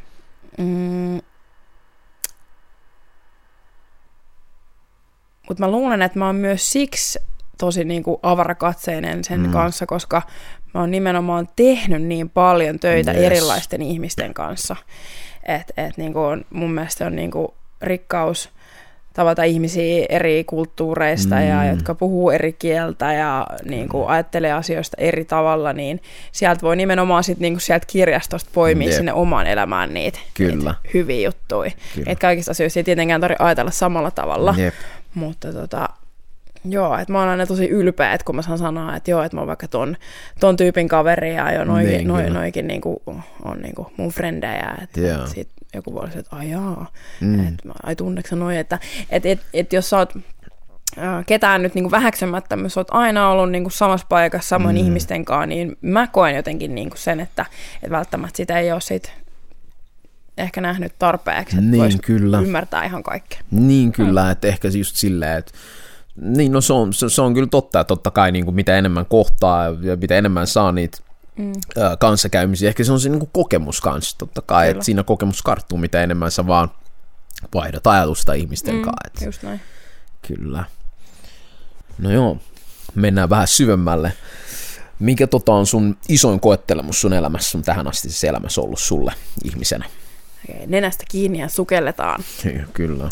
Speaker 3: Mutta mä luulen, että mä oon myös siksi tosi niinku avarakatseinen sen kanssa, koska mä oon nimenomaan tehnyt niin paljon töitä erilaisten ihmisten kanssa. Et niinku mun mielestä on niinku rikkaus tavata ihmisiä eri kulttuureista ja jotka puhuu eri kieltä ja niinku ajattelee asioista eri tavalla, niin sieltä voi nimenomaan sit niinku sieltä kirjastosta poimia sinne omaan elämään niitä hyviä juttuja. Et kaikista asioista ei tietenkään tarvitse ajatella samalla tavalla, mutta joo, että mä oon aina tosi ylpeä, että kun mä saan sanoa, että joo, että mä oon vaikka ton tyypin kaveri ja noikin niinku on niinku mun frendejä, että sit joku voi olla, että ai tunneksä noi, että jos sä oot ketään nyt niinku vähäksymättä, jos oot aina ollut niinku samassa paikassa samoin ihmisten kanssa, niin mä koen jotenkin niinku sen, että välttämättä sitä ei ole sit ehkä nähnyt tarpeeksi, että vois ymmärtää ihan kaikkea.
Speaker 2: Niin kyllä, että ehkä just silleen, että Niin, no se on kyllä totta, että totta kai niin kuin mitä enemmän kohtaa ja mitä enemmän saa niitä kanssakäymisiä, ehkä se on se niin kuin kokemus kanssa, totta kai, että siinä kokemus karttuu, mitä enemmän sä vaan vaihdat ajatusta ihmisten kanssa.
Speaker 3: Just näin.
Speaker 2: Kyllä. No joo, mennään vähän syvemmälle. Mikä on sun isoin koettelemus sun elämässä, sun tähän asti se elämässä ollut sulle ihmisenä?
Speaker 3: Nenästä kiinni ja sukelletaan.
Speaker 2: Kyllä.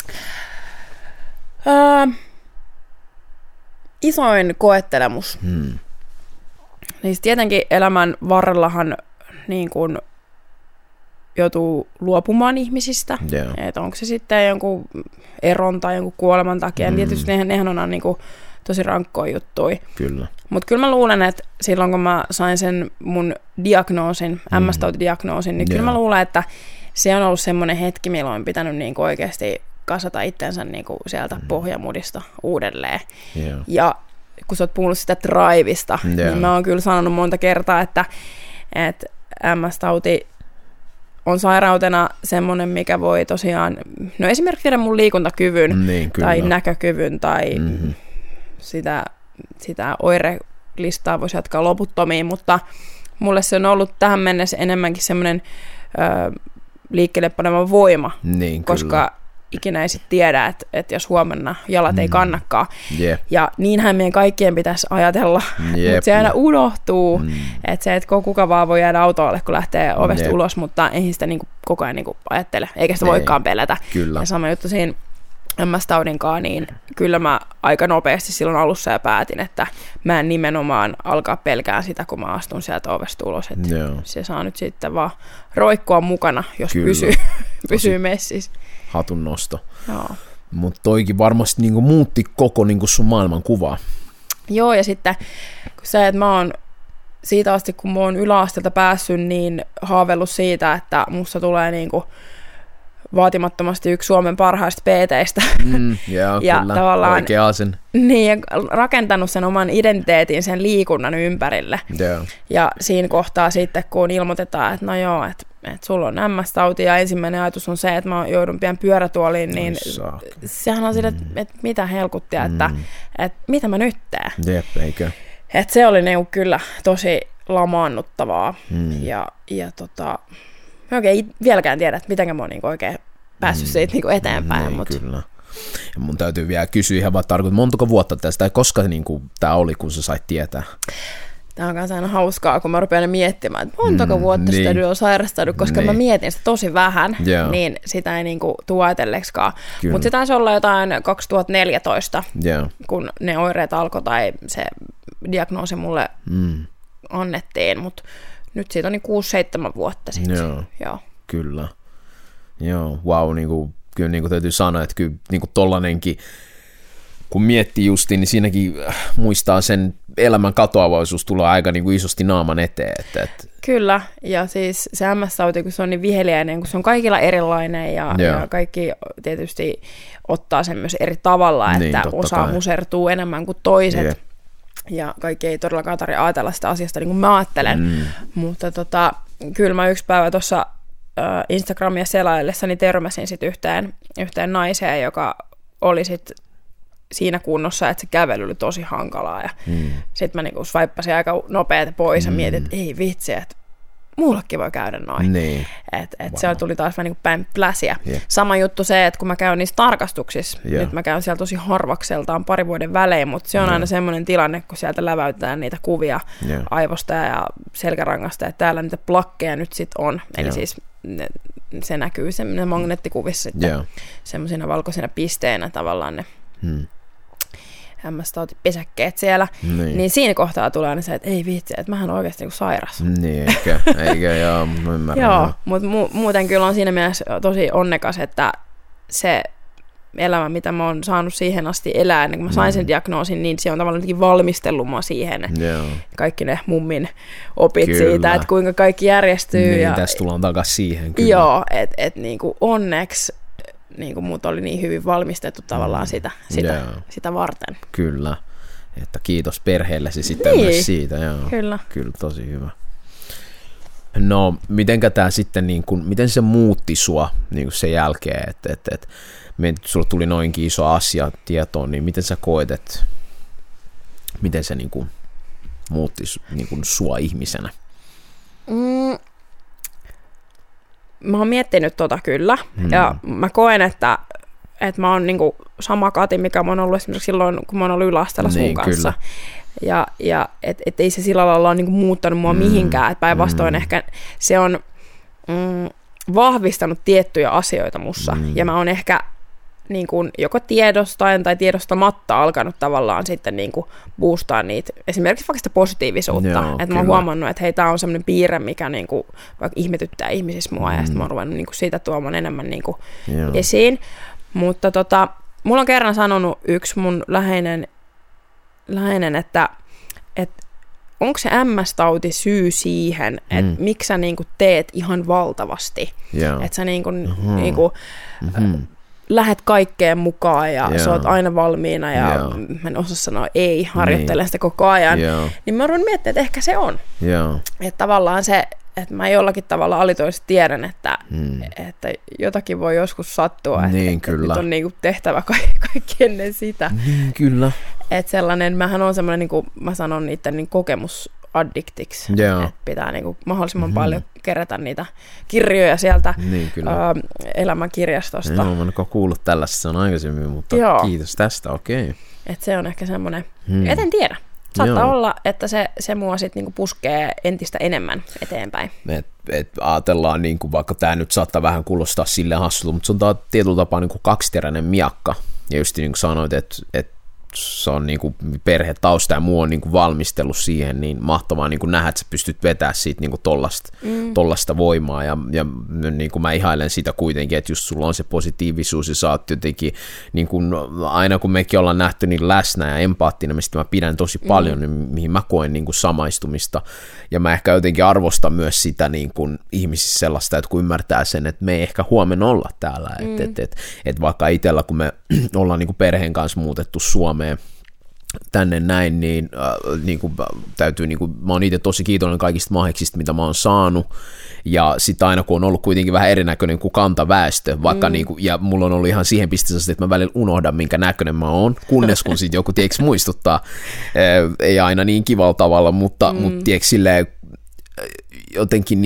Speaker 3: Isoin koettelemus. Niin tietenkin elämän varrellahan niin kun joutuu luopumaan ihmisistä. Yeah. Että onko se sitten jonkun eron tai jonkun kuoleman takia. Tietysti nehän on niin kuin tosi rankkoja juttuja.
Speaker 2: Kyllä.
Speaker 3: Mutta kyllä mä luulen, että silloin kun mä sain sen mun diagnoosin, MS-tautidiagnoosin, niin kyllä mä luulen, että se on ollut semmoinen hetki, milloin on pitänyt niinku oikeasti kasata itsensä niinku sieltä pohjamudista uudelleen.
Speaker 2: Yeah.
Speaker 3: Ja kun sä oot puhunut sitä drivesta, niin mä oon kyllä sanonut monta kertaa, että MS-tauti on sairautena semmoinen, mikä voi tosiaan, no esimerkiksi viedä mun liikuntakyvyn tai näkökyvyn tai sitä oirelistaa voisi jatkaa loputtomiin, mutta mulle se on ollut tähän mennessä enemmänkin semmoinen liikkeelle paneva voima, koska ikinä ei sitten tiedä, että jos huomenna jalat ei kannakaan. Ja niinhän meidän kaikkien pitäisi ajatella, mutta se aina unohtuu, että se, että kuka vaan voi jäädä autolle, kun lähtee ovesta ulos, mutta ei sitä niinku koko ajan niinku ajattele, eikä sitä voikaan pelätä.
Speaker 2: Kyllä.
Speaker 3: Ja sama juttu siinä MS-taudinkaan, niin kyllä mä aika nopeasti silloin alussa ja päätin, että mä en nimenomaan alkaa pelkää sitä, kun mä astun sieltä ovesta ulos. Se saa nyt sitten vaan roikkua mukana, jos pysyy messissä.
Speaker 2: Hatun nosto.
Speaker 3: Joo.
Speaker 2: Mutta toikin varmasti niinku muutti koko niinku sun maailmankuvaa.
Speaker 3: Joo, ja sitten kun se, että mä oon siitä asti, kun mä oon yläasteelta päässyt, niin haaveillut siitä, että musta tulee niinku vaatimattomasti yksi Suomen parhaista PT:istä.
Speaker 2: Ja kyllä,
Speaker 3: tavallaan
Speaker 2: oikea sen.
Speaker 3: Niin, ja rakentanut sen oman identiteetin sen liikunnan ympärille. Ja siinä kohtaa sitten, kun ilmoitetaan, että no joo, että sulla on MS-tauti ja ensimmäinen ajatus on se, että mä joudun pian pyörätuoliin, niin sehän on sille, että mitä helkuttia, että mitä mä nyt teen.
Speaker 2: Eikö?
Speaker 3: Että se oli niinku kyllä tosi lamaannuttavaa. Ja mä oikein vieläkään tiedä, että miten mä oon niinku oikein päässyt siitä niinku eteenpäin.
Speaker 2: Kyllä. Ja mun täytyy vielä kysyä ihan vaan montako vuotta tästä, tai koska niinku tää oli, kun sä sait tietää?
Speaker 3: Tämä on kanssa aina hauskaa, kun mä rupean miettimään, että montako vuotta sitä on sairastanut, koska mä mietin sitä tosi vähän, niin sitä ei niinku tule ajatelleeksikaan. Mutta se taisi olla jotain 2014, kun ne oireet alkoi tai se diagnoosi mulle annettiin, mutta nyt siitä on niin 6-7 vuotta sitten. Joo.
Speaker 2: Kyllä. Joo, wow, kyllä niinku täytyy sanoa, että kyllä niinku tollanenkin, kun miettii justiin, niin siinäkin muistaa sen elämän katoavaisuus tulee aika niinku isosti naaman eteen.
Speaker 3: Kyllä, ja siis se MS-tauti, kun se on niin viheliäinen, kun se on kaikilla erilainen ja kaikki tietysti ottaa sen myös eri tavalla, että osa musertuu enemmän kuin toiset. Ja kaikki ei todellakaan tarvitse ajatella sitä asiasta niin kuin mä ajattelen. Mutta kyllä mä yksi päivä tuossa Instagramia selaillessani törmäsin sit yhteen naiseen, joka oli sit siinä kunnossa, että se kävely oli tosi hankalaa. Ja sitten mä niinku swipeasin aika nopeasti pois ja mietin, että ei vitsi, että mullekin voi käydä noin.
Speaker 2: Niin.
Speaker 3: Se tuli taas vähän niin kuin päin pläsiä. Sama juttu se, että kun mä käyn niissä tarkastuksissa, nyt mä käyn siellä tosi harvakseltaan 2 vuoden välein, mutta se on aina semmoinen tilanne, kun sieltä läväytetään niitä kuvia aivosta ja selkärangasta, että täällä niitä plakkeja nyt sitten on. Eli siis se näkyy semmoinen magneettikuvissa sitten semmoisina valkoisina pisteinä tavallaan ne MS-tautipesäkkeet siellä, niin siinä kohtaa tulee aina se, että ei vitsi, että mähän olen oikeasti niin sairas.
Speaker 2: Niin, eikä joo, mä ymmärrän.
Speaker 3: Joo, mutta muuten kyllä on siinä mielessä tosi onnekas, että se elämä, mitä mä oon saanut siihen asti elää, ennen kuin mä sain sen diagnoosin, niin se on tavallaan jotenkin valmistellut mua siihen. Kaikki ne mummin opit siitä, että kuinka kaikki järjestyy.
Speaker 2: Niin, ja tässä tullaan takaisin siihen. Kyllä.
Speaker 3: Joo, että niinku onneksi niin mut oli niin hyvin valmistettu tavallaan sitä varten.
Speaker 2: Kyllä, että kiitos perheellesi sitten myös siitä. Joo.
Speaker 3: Kyllä.
Speaker 2: Kyllä, tosi hyvä. No, mitenkä tämä sitten, niin kun, miten se muutti sua niin kun sen jälkeen, että sulla tuli noinkin iso asia tietoon, niin miten sä koet, että miten se niin kun, muutti niin kun sua ihmisenä?
Speaker 3: Mä oon miettinyt kyllä, ja mä koen, että mä oon niinku sama Kati, mikä mä oon ollut esimerkiksi silloin, kun mä oon ollut yläasteella sun kanssa. Ja et ei se sillä lailla ole niinku muuttanut mua mihinkään, että päinvastoin ehkä se on vahvistanut tiettyjä asioita mussa, ja mä oon ehkä niin kuin joko tiedostaen tai tiedostamatta alkanut tavallaan sitten niin kuin boostaa niitä, esimerkiksi vaikka sitä positiivisuutta, että mä oon huomannut, että hei, tää on semmoinen piirre, mikä niin kuin vaikka ihmetyttää ihmisissä mua, ja sitten mä oon ruvennut niin kuin siitä tuomaan enemmän niin kuin esiin, mutta mulla on kerran sanonut yksi mun läheinen, että onko se MS-tauti syy siihen, että miksi sä niin kuin teet ihan valtavasti, että sä niin kuin lähet kaikkeen mukaan ja sä oot aina valmiina ja mä en osaa sanoa ei, harjoittelen sitä koko ajan, niin mä oon miettinyt, että ehkä se on. Että tavallaan se, että mä jollakin tavalla alitoisesti tiedän, että jotakin voi joskus sattua, että nyt on niinku tehtävä kaikki ennen sitä.
Speaker 2: Kyllä.
Speaker 3: Että sellainen, mähän on semmoinen, niin kuin mä sanon niiden niin kokemusaddiktiksi, että pitää niin kuin mahdollisimman paljon kerätä niitä kirjoja sieltä elämänkirjastosta.
Speaker 2: Joo, mä en ole kuullut tällaista on aikaisemmin, mutta kiitos tästä, okei.
Speaker 3: Että se on ehkä semmoinen, en tiedä. Saattaa olla, että se mua sitten niinku puskee entistä enemmän eteenpäin.
Speaker 2: Et ajatellaan, niinku, vaikka tämä nyt saattaa vähän kuulostaa silleen hassulta, mutta se on tietyllä tapaa niinku kaksiteräinen miakka. Ja just niin kuin sanoit, että se on niinku perhetausta ja muu on niinku valmistellut siihen, niin mahtavaa niinku nähdä, että sä pystyt vetämään siitä niinku tollasta voimaa, ja niinku mä ihailen sitä kuitenkin, että just sulla on se positiivisuus, ja sä oot jotenkin, niinku, aina kun mekin ollaan nähty niin läsnä ja empaattinen, mistä mä pidän tosi paljon, niin mihin mä koen niinku samaistumista, ja mä ehkä jotenkin arvostan myös sitä niinku ihmisissä sellaista, että kun ymmärtää sen, että me ei ehkä huomenna olla täällä, että vaikka itsellä, kun me ollaan niinku perheen kanssa muutettu Suomeen tänne näin, niin täytyy, mä oon itse tosi kiitollinen kaikista mahdollista, mitä mä oon saanut, ja sitten aina kun on ollut kuitenkin vähän erinäköinen kuin kantaväestö, vaikka ja mulla on ollut ihan siihen pisteessä, että mä välillä unohdan, minkä näköinen mä oon, kunnes kun sitten joku tieks muistuttaa, ei aina niin kivalla tavalla, mutta tieks silleen jotenkin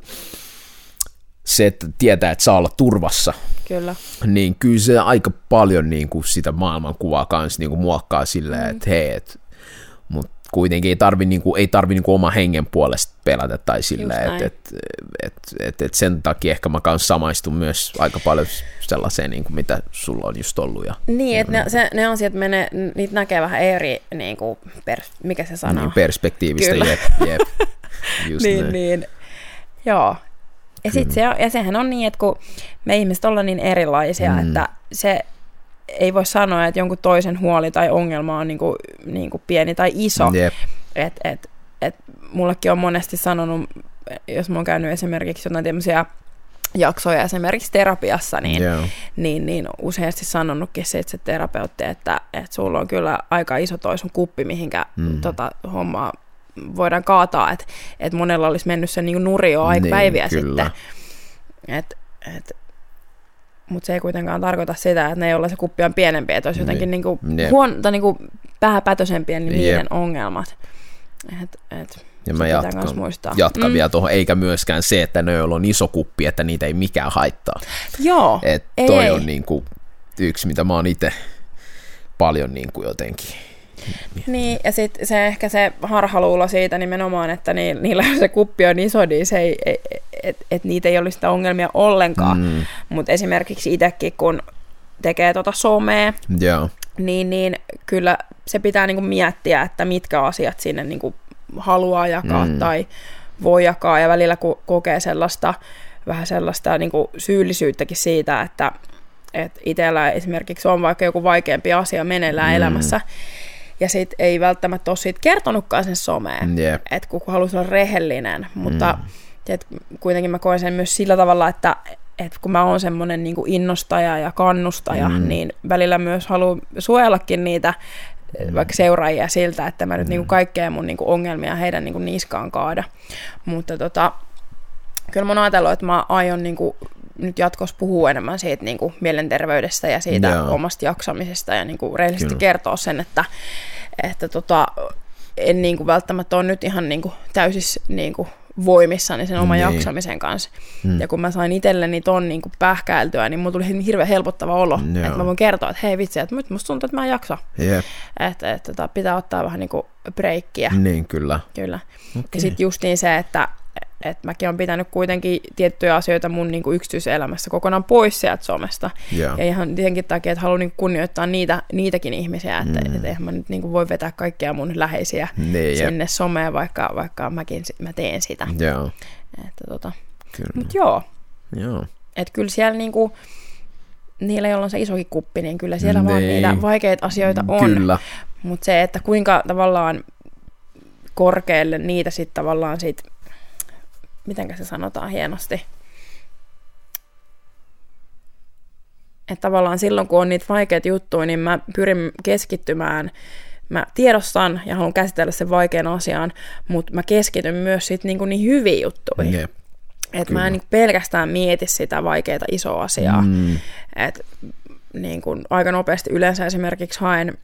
Speaker 2: se, että tietää, että saa olla turvassa, niin kyllä se aika paljon niin kuin sitä maailmankuvaa kanssa niin kuin muokkaa silleen, että hei, mutta kuitenkin ei tarvi oma hengen puolesta pelätä tai silleen, että sen takia ehkä mä kanssa samaistun myös aika paljon sellaiseen, niin kuin mitä sulla on just ollut.
Speaker 3: Niin, että ne asiat niitä näkee vähän eri, niin kuin mikä se sanoo?
Speaker 2: Niin, perspektiivistä, jep. Just
Speaker 3: niin, joo. Ja sehän on niin, että kun me ihmiset ollaan niin erilaisia, että se ei voi sanoa, että jonkun toisen huoli tai ongelma on niin kuin pieni tai iso. Et mullekin on monesti sanonut, jos mä oon käynyt esimerkiksi jotain tämmöisiä jaksoja esimerkiksi terapiassa, niin useasti sanonutkin se terapeutti, että sulla on kyllä aika iso toi sun kuppi, mihinkä hommaa voidaan kaataa, että monella olisi mennyt se niin nuri jo aikapäiviä sitten. Mutta se ei kuitenkaan tarkoita sitä, että ne, joilla se kuppi on pienempi, että olisi jotenkin niinku vähäpätöisempiä niiden ongelmat.
Speaker 2: Ja mä jatkan vielä tuohon, eikä myöskään se, että ne, joilla on iso kuppi, että niitä ei mikään haittaa.
Speaker 3: Joo,
Speaker 2: toi on niinku yksi, mitä mä oon itse paljon niinku jotenkin.
Speaker 3: Niin, ja sitten se ehkä se harhaluulo siitä nimenomaan, että niillä se kuppi on iso, niin se ei, että niitä ei olisi sitä ongelmia ollenkaan. Mutta esimerkiksi itsekin, kun tekee somea, niin kyllä se pitää niinku miettiä, että mitkä asiat sinne niinku haluaa jakaa tai voi jakaa, ja välillä kun kokee vähän sellaista niinku syyllisyyttäkin siitä, että itsellä esimerkiksi on vaikka joku vaikeampi asia meneillään elämässä, ja sit ei välttämättä ole siitä kertonutkaan sen someen, että kun haluaisi olla rehellinen, mutta kuitenkin mä koen sen myös sillä tavalla, että kun mä oon semmoinen niin kuin innostaja ja kannustaja, niin välillä myös haluan suojellakin niitä vaikka seuraajia siltä, että mä nyt niin kuin kaikkea mun niin kuin ongelmia heidän niin kuin niskaan kaada. Mutta kyllä mä oon ajatellut, että mä aion niinku nyt jatkossa puhua enemmän siitä niinku mielenterveydestä ja siitä omasta jaksamisesta ja niinku rehellisesti kertoa sen, että en niinku välttämättä ole nyt ihan niinku täysissä niinku voimissani sen oman jaksamisen kanssa. Ja kun mä sain itselleni ton niinku pähkäiltyä, niin mulla tuli hirveän helpottava olo, että mä voin kertoa, että hei vitsi, että musta tuntuu, että mä en jaksa. Että pitää ottaa vähän niinku breikkiä.
Speaker 2: Niin, kyllä.
Speaker 3: Okay. Ja sitten justiin se, että mäkin olen pitänyt kuitenkin tiettyjä asioita mun niinku yksityiselämässä kokonaan pois sieltä somesta. Ja ihan tietenkin takia, että haluan niinku kunnioittaa niitäkin ihmisiä, että eihän mä nyt niinku voi vetää kaikkia mun läheisiä sinne someen, vaikka mä teen sitä. Mutta joo. Että kyllä siellä niinku, niillä, joilla on se isokin kuppi, niin kyllä siellä vaan niitä vaikeita asioita on. Mutta se, että kuinka tavallaan korkealle niitä sitten tavallaan sit, mitenkä se sanotaan hienosti, että tavallaan silloin, kun on niitä vaikeita juttuja, niin mä pyrin keskittymään, mä tiedostan ja haluan käsitellä sen vaikean asian, mutta mä keskityn myös sitten niin hyviin juttuihin. Että mä en niin pelkästään mieti sitä vaikeaa isoa asiaa. Että niin aika nopeasti yleensä esimerkiksi haen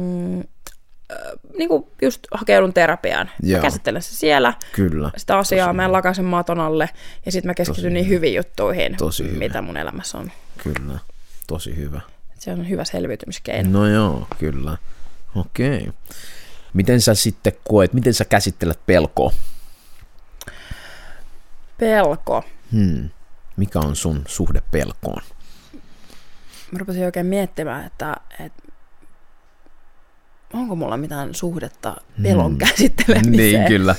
Speaker 3: niin kuin just hakeudun terapiaan. Mä käsittelen se siellä, sitä asiaa, mä en lakaisen maton alle, ja sitten mä keskityn niin hyviin juttuihin, mitä mun elämässä on.
Speaker 2: Kyllä, tosi hyvä.
Speaker 3: Se on hyvä selviytymiskeino.
Speaker 2: No joo, kyllä. Okei. Miten sä sitten koet, miten sä käsittelet pelkoa?
Speaker 3: Pelko?
Speaker 2: Mikä on sun suhde pelkoon?
Speaker 3: Mä rupesin oikein miettimään, että onko mulla mitään suhdetta pelon käsittelemiseen?
Speaker 2: Niin, kyllä.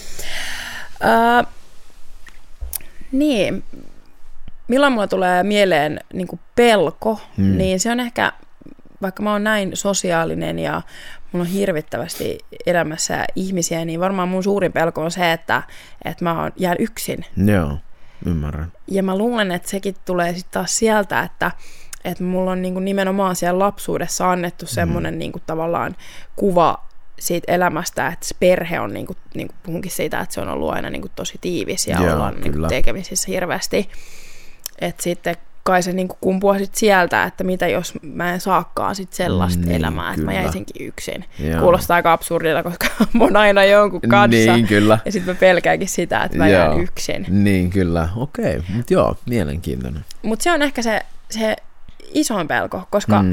Speaker 3: Niin, milloin mulla tulee mieleen niin kuin pelko, niin se on ehkä, vaikka mä oon näin sosiaalinen ja mulla on hirvittävästi elämässä ihmisiä, niin varmaan mun suurin pelko on se, että mä jään yksin.
Speaker 2: Joo, ymmärrän.
Speaker 3: Ja mä luulen, että sekin tulee sitten taas sieltä, että mulla on niinku nimenomaan siellä lapsuudessa annettu semmoinen niinku tavallaan kuva siitä elämästä, että se perhe on, niinku puhunkin siitä, että se on ollut aina niinku tosi tiivis ja ollaan niinku tekemisissä hirveästi. Että sitten kai se niinku kumpuaa sit sieltä, että mitä jos mä en saakaan sit sellaista elämää, että mä jäisinkin yksin. Kuulostaa aika absurdilta, koska mä oon aina jonkun kanssa.
Speaker 2: Niin, kyllä.
Speaker 3: Ja sitten mä pelkäänkin sitä, että mä jään yksin.
Speaker 2: Niin, kyllä. Okei. Mutta joo, mielenkiintoinen.
Speaker 3: Mutta se on ehkä se isoin pelko, koska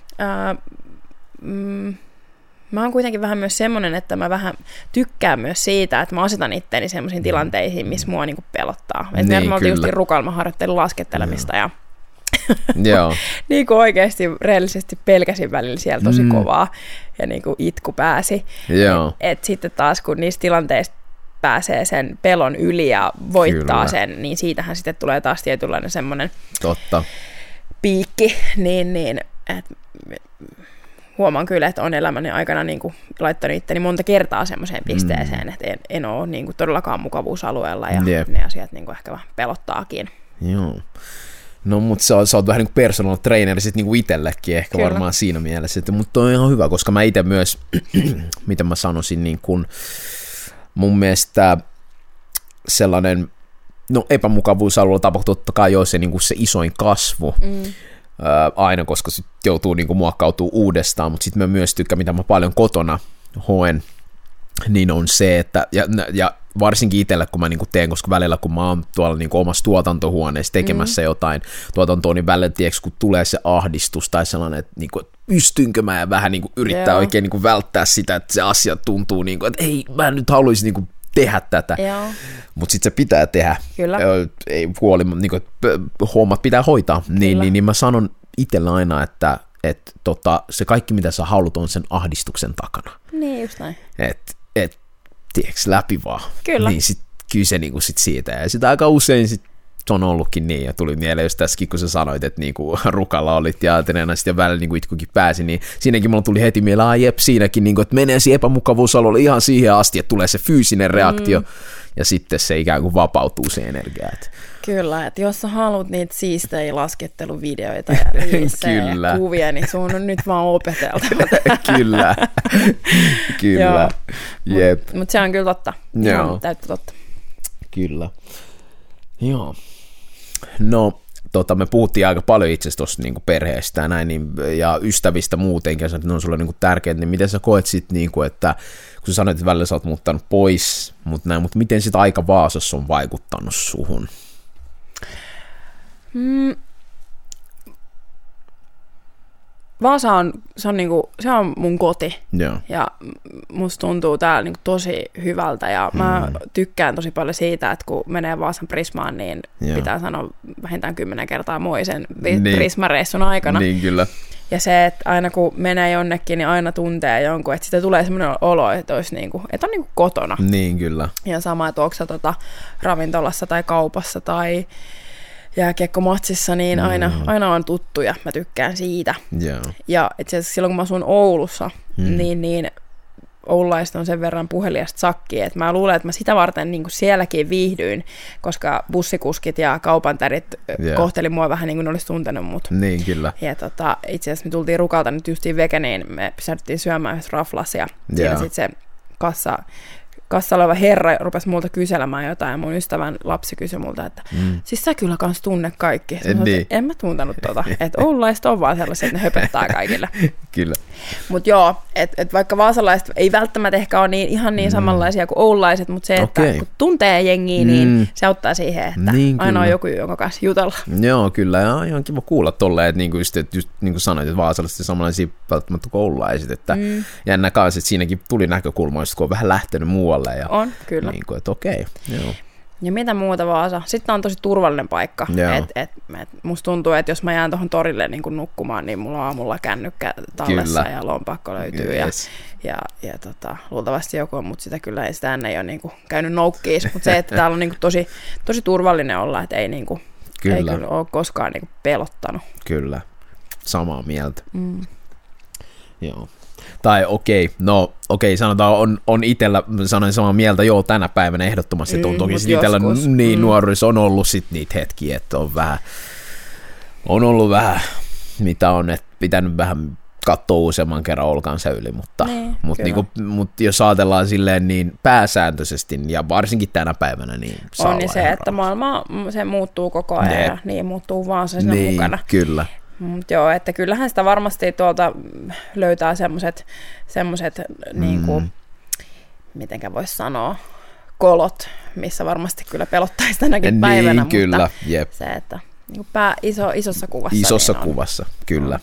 Speaker 3: mä oon kuitenkin vähän myös semmoinen, että mä vähän tykkään myös siitä, että mä asetan itteeni semmoisiin tilanteisiin, missä mua niinku pelottaa. Niin, mä oltiin just rukalla, mä harjoittelin laskettelemista ja niin kuin oikeasti rehellisesti pelkäsin välillä siellä tosi kovaa ja niin kuin itku pääsi. Et sitten taas kun niistä tilanteista pääsee sen pelon yli ja voittaa sen, niin siitähän sitten tulee taas tietynlainen semmoinen piikki, niin että huomaan kyllä, että on elämäni aikana niin kuin laittanut itteni monta kertaa semmoiseen pisteeseen, että en ole niin kuin todellakaan mukavuusalueella ja ne asiat niin kuin ehkä vähän pelottaakin.
Speaker 2: Joo. No, mutta sä oot vähän niin kuin personal trainer sit niin kuin itsellekin ehkä kyllä. Varmaan siinä mielessä, mutta on ihan hyvä, koska mä itse myös, miten mä sanoisin, niin kuin mun mielestä sellainen, epämukavuusalueella tapahtuu totta kai jo se, niin kuin se isoin kasvu aina, koska sit joutuu niin kuin muokkautumaan uudestaan, mutta sitten mä myös tykkään, mitä mä paljon kotona hoen, niin on se, että, ja varsinkin itselle, kun mä niinku teen, koska välillä, kun mä oon tuolla niinku omassa tuotantohuoneessa tekemässä jotain tuotantoa, niin välillä, tiedätkö, kun tulee se ahdistus tai sellainen, että niinku, pystynkö mä ja vähän niinku yrittää oikein niinku välttää sitä, että se asia tuntuu, niinku, että ei, mä nyt haluaisin niinku tehdä tätä, mutta sitten se pitää tehdä. Kyllä. Ei huoli, niinku, hommat pitää hoitaa, niin mä sanon itsellä aina, että se kaikki, mitä sä haluat, on sen ahdistuksen takana.
Speaker 3: Niin, just näin.
Speaker 2: Tiedätkö, läpi vaan.
Speaker 3: Kyllä.
Speaker 2: Niin sit kyse niinku sit siitä. Ja sitä aika usein sit se on ollutkin niin. Ja tuli mieleen jos tässäkin, kun sä sanoit, että niinku rukalla olit ja treenasit ja välillä niinku itkukin pääsi, niin siinäkin mulla tuli heti mieleen, siinäkin, niinku, että menee siihen epämukavuusalueelle ihan siihen asti, että tulee se fyysinen reaktio ja sitten se ikään kuin vapautuu se energia.
Speaker 3: Kyllä, että jos sä haluat niitä siistejä lasketteluvideoita ja riissejä ja kuvia, niin sun on nyt vaan opeteltava. Kyllä. Mutta se on kyllä totta. Ihan täyttä totta.
Speaker 2: Kyllä. Joo. No, me puhuttiin aika paljon itse asiassa tuossa niinku perheestä ja näin, niin, ja ystävistä muutenkin, että ne on sulle niinku tärkeitä, niin miten sä koet sitten, niinku, että kun sä sanoit, että välillä sä oot muuttanut pois, mutta miten sitten aika Vaasassa on vaikuttanut suhun?
Speaker 3: Vaasa on mun koti.
Speaker 2: Joo.
Speaker 3: Ja musta tuntuu täällä niinku tosi hyvältä ja mä tykkään tosi paljon siitä, että kun menee Vaasan Prismaan, niin pitää sanoa vähintään 10 kertaa moi sen Prisma-reissun aikana.
Speaker 2: Niin, kyllä.
Speaker 3: Ja se, että aina kun menee jonnekin, niin aina tuntee jonkun, että sitten tulee semmoinen olo, että, että on niinku kotona.
Speaker 2: Niin, kyllä.
Speaker 3: Ja sama, että onko sä ravintolassa tai kaupassa tai jääkiekkomatsissa, niin aina on tuttuja. Mä tykkään siitä.
Speaker 2: Yeah.
Speaker 3: Ja itse asiassa silloin, kun mä asun Oulussa, niin oululaiset on sen verran puheliasta sakkia, että mä luulen, että mä sitä varten niin kuin sielläkin viihdyin, koska bussikuskit ja kaupantärit kohteli mua vähän niin kuin ne olisi tuntenut mut.
Speaker 2: Niin, kyllä.
Speaker 3: Ja itse asiassa me tultiin Rukalta nyt justiin veke, niin me pysähdyttiin syömään yhdessä raflassa ja siinä sitten se kassalla oleva herra rupesi multa kyselemään jotain, ja mun ystävän lapsi kysyi multa, että siis sä kyllä kans tunne kaikki. Niin. En mä tuntenut että oululaiset on vaan sellaisia, että ne höpöttää kaikille.
Speaker 2: Kyllä.
Speaker 3: Mutta joo, että vaikka vaasalaiset ei välttämättä ehkä ole ihan niin samanlaisia kuin oululaiset, mutta se, että kun tuntee jengiä, niin se auttaa siihen, että niin, aina on joku, jonka kanssa jutella.
Speaker 2: Joo, kyllä, ja ihan kiva kuulla tolleen, että just niin kuin sanoit, että vaasalaiset on samanlaisia välttämättä kuin oululaiset, että jännä kanssa, että siinäkin tuli näkökulma, kun on vähän lähtenyt muualle. Ja
Speaker 3: on, kyllä.
Speaker 2: Niin kuin, että okei, joo.
Speaker 3: Ja mitä muuta Vaasa? Sitten on tosi turvallinen paikka. Musta tuntuu, että jos mä jään tuohon torille niin kun nukkumaan, niin mulla on aamulla kännykkä tallessa kyllä. Ja lompakko löytyy. Yes. Ja luultavasti joku on, mutta sitä ennen ei ole niin kuin käynyt noukkiis. Mutta se, että täällä on niin kuin tosi turvallinen olla, että ei, niin kuin, ei kyllä ole koskaan niin kuin pelottanut.
Speaker 2: Kyllä, samaa mieltä. Joo. Tai sanotaan, on itsellä, sanoin samaa mieltä, tänä päivänä ehdottomasti, että on toki itsellä nuoruudessa on ollut sit niitä hetkiä, että on ollut vähän, mitä on, että pitänyt vähän katsoa useamman kerran olkansa yli, mutta jos ajatellaan silleen niin pääsääntöisesti, ja varsinkin tänä päivänä, niin saa
Speaker 3: on niin se, että maailma se muuttuu koko ajan, ja niin muuttuu vaan se siinä mukana.
Speaker 2: Kyllä.
Speaker 3: Mutta joo, että kyllähän sitä varmasti tuolta löytää semmoiset niinku, mitenkä voisi sanoa, kolot, missä varmasti kyllä pelottaisi tänäkin päivänä,
Speaker 2: kyllä,
Speaker 3: mutta se, että niinku isossa kuvassa.
Speaker 2: Isossa kuvassa, kyllä.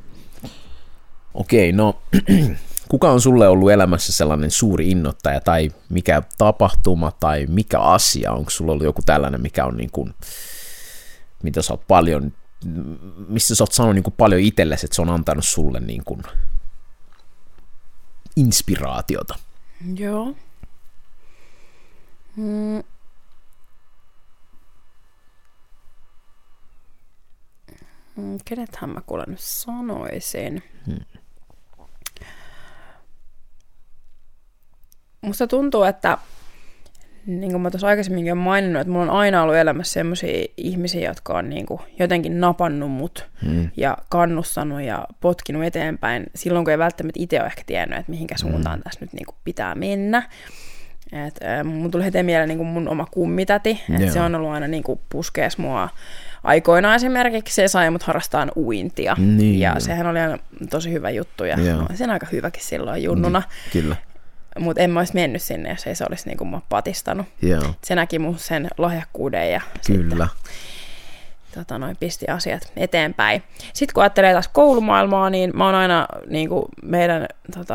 Speaker 2: Okei, no kuka on sulle ollut elämässä sellainen suuri innoittaja, tai mikä tapahtuma, tai mikä asia, onko sulla ollut joku tällainen, mikä on niin kuin, mitä sä oot paljon, mistä sä oot sanonut niin kuin paljon itsellesi, että se on antanut sulle niin kuin inspiraatiota?
Speaker 3: Joo. Kenethän mä kuulen nyt sanoisin? Musta tuntuu, että niin kuin mä tuossa aikaisemminkin olen maininnut, että mulla on aina ollut elämässä sellaisia ihmisiä, jotka on niin kuin jotenkin napannut mut ja kannustanut ja potkinut eteenpäin silloin, kun ei välttämättä itse ole ehkä tiennyt, että mihinkä suuntaan tässä nyt niin kuin pitää mennä. Mun tuli heti mieleen niin kuin mun oma kummitäti, että se on ollut aina niin kuin puskees mua aikoinaan esimerkiksi. Se sai mut harrastaan uintia ja sehän oli aina tosi hyvä juttu ja sen aika hyväkin silloin junnuna.
Speaker 2: Kyllä.
Speaker 3: Mutta en mä olisi mennyt sinne, jos ei se olisi niinku mua patistanut. Se näki mun sen lahjakkuuden ja
Speaker 2: kyllä.
Speaker 3: Sitten pisti asiat eteenpäin. Sitten kun ajattelee taas koulumaailmaa, niin mä oon aina niinku meidän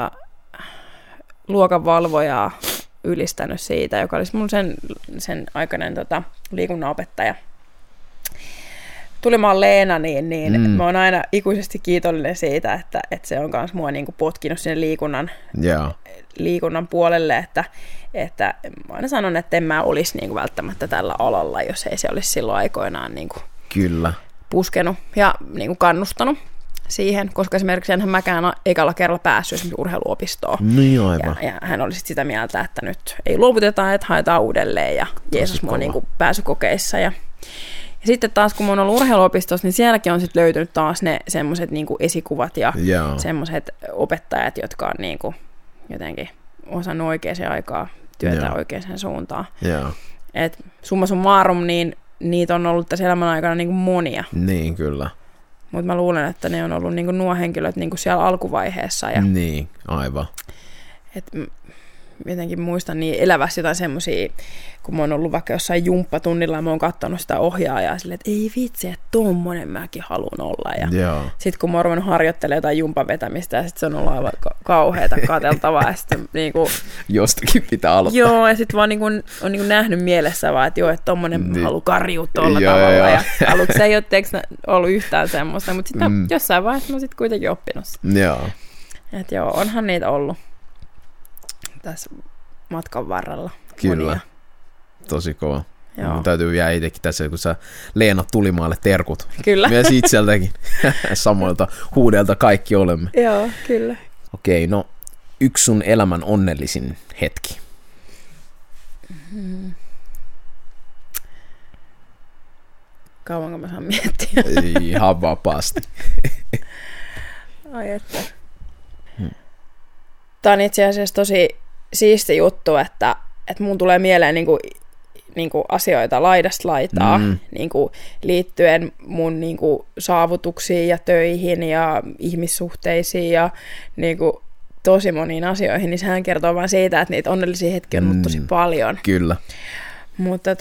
Speaker 3: luokanvalvojaa ylistänyt siitä, joka olisi mun sen aikainen liikunnanopettaja. Tulimaan Leena, niin mä oon aina ikuisesti kiitollinen siitä, että se on myös mua niinku potkinut sinne liikunnan puolelle, että mä aina sanon, että en mä olisi niinku välttämättä tällä alalla, jos ei se olisi silloin aikoinaan niinku
Speaker 2: kyllä.
Speaker 3: puskenut ja niinku kannustanut siihen, koska esimerkiksi enhän mäkään ekalla kerralla päässyt esimerkiksi urheiluopistoon. Ja hän oli sitä mieltä, että nyt ei luovuteta, että haetaan uudelleen ja Jeesus mua niinku pääsykokeissa ja sitten taas, kun mä oon ollut urheiluopistossa, niin sielläkin on sitten löytynyt taas ne semmoiset niinku esikuvat ja semmoiset opettajat, jotka on niinku jotenkin osannut oikeaan aikaan työtä oikeaan suuntaan. Et summa summarum, niin niitä on ollut tässä elämän aikana niin kuin monia.
Speaker 2: Niin, kyllä.
Speaker 3: Mutta mä luulen, että ne on ollut niin kuin nuo henkilöt niin kuin siellä alkuvaiheessa. Ja
Speaker 2: niin, aivan.
Speaker 3: Jotenkin muistan niin elävästi jotain semmosia, kun mä oon ollut vaikka jossain jumppatunnilla ja mä oon katsonut sitä ohjaajaa silleen, että ei vitsi, että tommonen mäkin haluan olla. Ja sit kun mä oon ruvennut harjoittelemaan jotain jumpan vetämistä ja sit se on ollut aivan kauheata katseltavaa. Ja sitten niinku,
Speaker 2: jostakin pitää aloittaa.
Speaker 3: Joo, ja sit vaan niinku, on niinku nähnyt mielessä vaan, että joo, että tommonen niin. Haluaa karjua tolla tavalla. Ja aluksi se ei ole ollut yhtään semmoista, mutta sitten jossain vaiheessa mä oon sit kuitenkin oppinut.
Speaker 2: Joo.
Speaker 3: Että joo, onhan niitä ollut tässä matkan varrella.
Speaker 2: Kyllä, monia. Tosi kova. Mun täytyy jää itsekin tässä, kun sä Leena Tulimaalle terkut.
Speaker 3: Kyllä.
Speaker 2: Myös itseltäkin. Samoilta huudelta kaikki olemme.
Speaker 3: Joo, kyllä.
Speaker 2: Okei, no yksi sun elämän onnellisin hetki.
Speaker 3: Kauanko mä saan miettiä?
Speaker 2: Ihan vapaasti.
Speaker 3: Ai että. Tämä on itse asiassa tosi siisti juttu, että mun tulee mieleen niinku asioita laidasta laitaa niinku liittyen mun niinku saavutuksiin ja töihin ja ihmissuhteisiin ja niinku tosi moniin asioihin, niin sehän kertoo vain siitä, että niitä onnellisia hetkiä on ollut tosi paljon.
Speaker 2: Kyllä.
Speaker 3: Mutta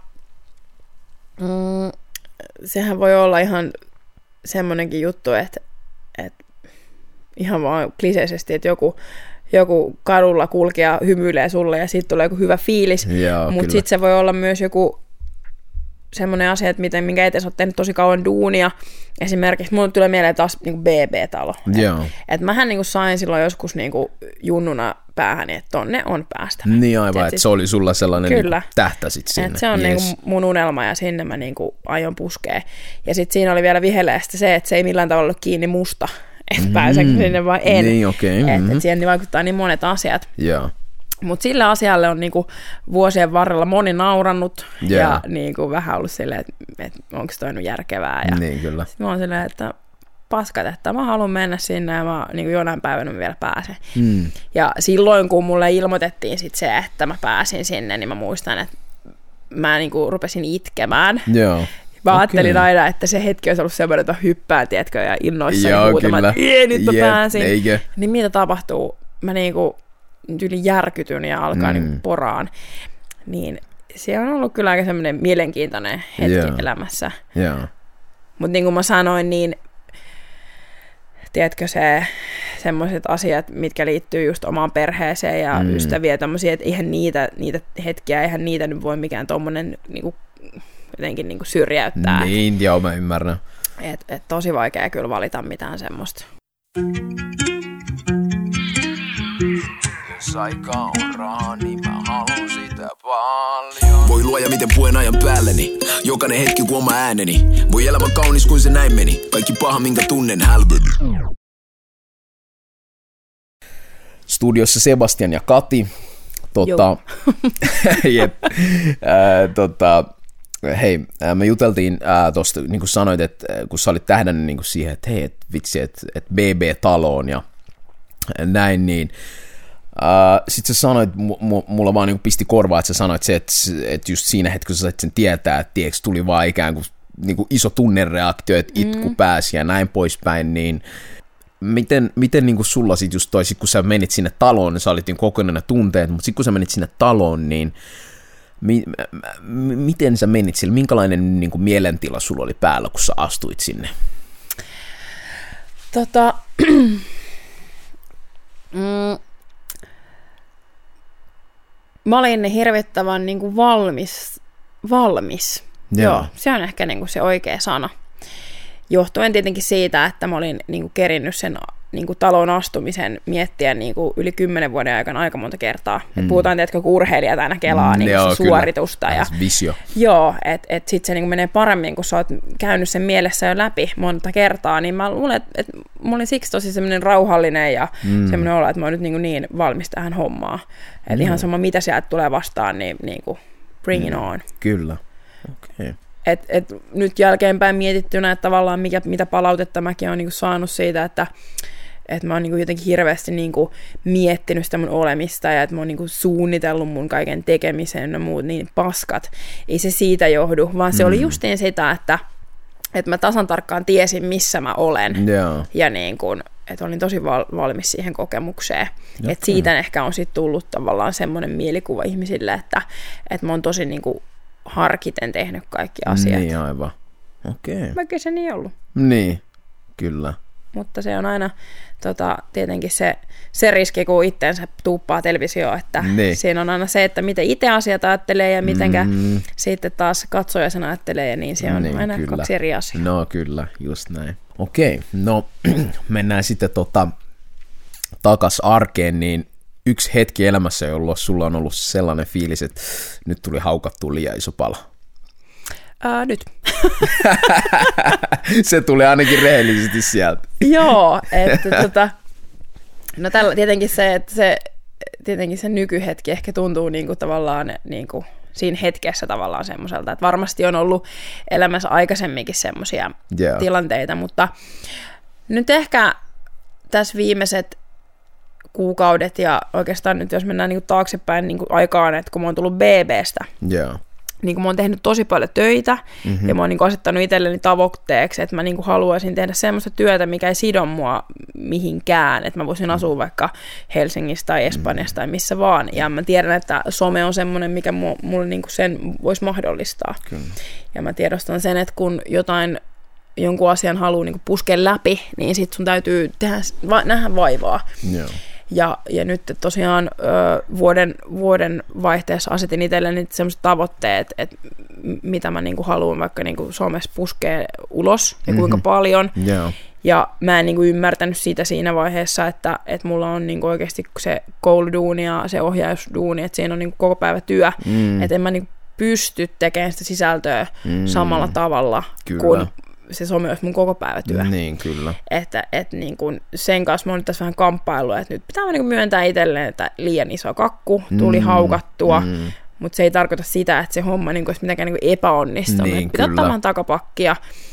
Speaker 3: sehän voi olla ihan semmoinenkin juttu, että ihan vaan kliseisesti, että joku kadulla kulkija hymyilee sulle ja siitä tulee joku hyvä fiilis, mutta sitten se voi olla myös joku semmoinen asia, että minkä eteen sä oot tehnyt tosi kauan duunia. Esimerkiksi mulle tulee mieleen taas niinku BB-talo. Et mähän niinku sain silloin joskus niinku junnuna päähän, että tonne on päästävä.
Speaker 2: Niin aivan, että se oli sulla sellainen niinku tähtäsit sinne.
Speaker 3: Et se on niinku mun unelma ja sinne mä niinku aion puskea. Ja sitten siinä oli vielä viheleästi se, että se ei millään tavalla ole kiinni musta. Että pääseekö sinne vai en.
Speaker 2: Niin, okei.
Speaker 3: Että siihen vaikuttaa niin monet asiat.
Speaker 2: Joo.
Speaker 3: Mutta sille asialle on niinku vuosien varrella moni naurannut ja niinku vähän ollut silleen, että onko se toinut järkevää. Ja
Speaker 2: niin, kyllä.
Speaker 3: Sitten mä oon silleen, että paskat, että mä haluan mennä sinne ja mä niinku jonain päivänä vielä pääsen. Ja silloin, kun mulle ilmoitettiin sit se, että mä pääsin sinne, niin mä muistan, että mä niinku rupesin itkemään.
Speaker 2: Joo.
Speaker 3: Mä ajattelin aina, että se hetki olisi ollut semmoinen, että hyppää, tiedätkö, ja innoissaan huutamaan, että nyt mä pääsin.
Speaker 2: Eikö?
Speaker 3: Niin mitä tapahtuu? Mä niinku yli järkytyn ja alkaa niinku poraan. Niin se on ollut kyllä aika semmoinen mielenkiintoinen hetki elämässä. Mutta niin kuin mä sanoin, niin tiedätkö semmoiset asiat, mitkä liittyy just omaan perheeseen ja ystäviä tämmöisiä, että eihän niitä hetkiä, eihän niitä nyt voi mikään tommonen niinku jotenkin niinku syrjäyttää.
Speaker 2: Niin, joo, mä ymmärrän.
Speaker 3: Et tosi vaikea kyllä valita mitään semmoista.
Speaker 4: Jos aika on rahaa, niin mä haluun sitä paljon. Voi luoja, miten puen ajan päälleni. Jokainen hetki kun oma ääneni. Voi elämä kaunis kuin se näin meni. Kaikki paha, minkä tunnen, hälveni.
Speaker 2: Studiossa Sebastian ja Kati. Hei, me juteltiin tuosta, niin kuin sanoit, että kun sä olit tähdännyt niin kuin siihen, että hei, vitsi, että BB-taloon ja näin, niin sitten sä sanoit, mulla vaan niin kuin pisti korvaa, että sä sanoit se, että just siinä hetkessä sä sait sen tietää, että tiedätkö, tuli vaan ikään kuin iso tunnereaktio, että itku pääsi ja näin poispäin, niin miten niin kuin sulla sit just toi, kun sä menit sinne taloon, niin sä olit niin kokonainen tunteet, mutta sitten kun sä menit sinne taloon, niin miten sä menit sille? Minkälainen niin kuin mielentila sulla oli päällä, kun sä astuit sinne?
Speaker 3: Mä olin hirvittävän niin kuin valmis. Joo, se on ehkä niin kuin se oikea sana. Johtuen tietenkin siitä, että mä olin niin kuin kerinnyt sen niin kuin talon astumisen miettiä niin kuin yli 10 vuoden aikana aika monta kertaa. Et puhutaan, tiedätkö, kun urheilijat aina kelaa niin kuin se suoritusta. Ja,
Speaker 2: visio.
Speaker 3: Joo, että sitten se niin kuin menee paremmin, kun sä oot käynyt sen mielessä jo läpi monta kertaa. Niin mä luulen, että mä olin siksi tosi semmoinen rauhallinen ja semmoinen olo, että mä oon nyt niin valmis tähän hommaan. Että ihan sama, mitä sieltä tulee vastaan, niin kuin bring it on.
Speaker 2: Kyllä, okei. Okay.
Speaker 3: Et nyt jälkeenpäin mietittynä, että tavallaan mitä palautetta mäkin olen niin saanut siitä, että että mä oon niinku jotenkin hirveästi niinku miettinyt sitä mun olemista ja että mä oon niinku suunnitellut mun kaiken tekemisen ja muut niin paskat. Ei se siitä johdu, vaan se oli justiin sitä, että mä tasan tarkkaan tiesin, missä mä olen. Ja niin kun, että olin tosi valmis siihen kokemukseen. Että siitä ehkä on sitten tullut tavallaan semmoinen mielikuva ihmisille, että mä oon tosi niin kuin harkiten tehnyt kaikki asiat.
Speaker 2: Niin, aivan. Okei.
Speaker 3: Vaikka se niin ollut.
Speaker 2: Niin, kyllä.
Speaker 3: Mutta se on aina tietenkin se riski, kun itteensä tuuppaa televisioon, että siinä on aina se, että miten itse asiat ajattelee ja mitenkä sitten taas katsoja sen ajattelee, niin se on niin, aina kaksi eri asiaa.
Speaker 2: No kyllä, just näin. Okei, no mennään sitten takas arkeen, niin yksi hetki elämässä, jolloin sulla on ollut sellainen fiilis, että nyt tuli haukattua liian iso pala.
Speaker 3: Nyt.
Speaker 2: Se tuli ainakin rehellisesti sieltä.
Speaker 3: Joo, että no tällä tietenkin tietenkin se nykyhetki ehkä tuntuu niinku tavallaan niinku siinä hetkessä tavallaan semmoiselta, että varmasti on ollut elämässä aikaisemminkin semmoisia tilanteita, mutta nyt ehkä tässä viimeiset kuukaudet ja oikeastaan nyt jos mennään niinku taaksepäin niinku aikaan, että kun mä oon tullut BB:stä, niin kun mä oon tehnyt tosi paljon töitä ja mä oon niin asettanut itselleni tavoitteeksi, että mä niin haluaisin tehdä semmoista työtä, mikä ei sido mua mihinkään, että mä voisin asua vaikka Helsingissä tai Espanjassa tai missä vaan. Ja mä tiedän, että some on semmoinen, mikä mulle niin sen voisi mahdollistaa. Kyllä. Ja mä tiedostan sen, että kun jonkun asian haluaa niin puskea läpi, niin sit sun täytyy nähdä vaivaa. Yeah. Ja nyt tosiaan vuoden vaihteessa asetin itselleni sellaiset tavoitteet, että mitä mä niinku haluan vaikka niinku somessa puskea ulos ja kuinka paljon. Yeah. Ja mä en niinku ymmärtänyt sitä siinä vaiheessa, että mulla on niinku oikeasti se kouluduuni ja se ohjausduuni, että siinä on niinku koko päivä työ. Että en mä niinku pysty tekemään sitä sisältöä samalla tavalla kuin se some olisi mun koko päivätyö.
Speaker 2: Niin, kyllä.
Speaker 3: Että niin kun sen kanssa mä oon nyt tässä vähän kamppaillut, että nyt pitää niin myöntää itselleen, että liian iso kakku tuli haukattua, mutta se ei tarkoita sitä, että se homma niin olisi mitenkään niin epäonnistunut. Niin, pitää ottaa vähän takapakkia.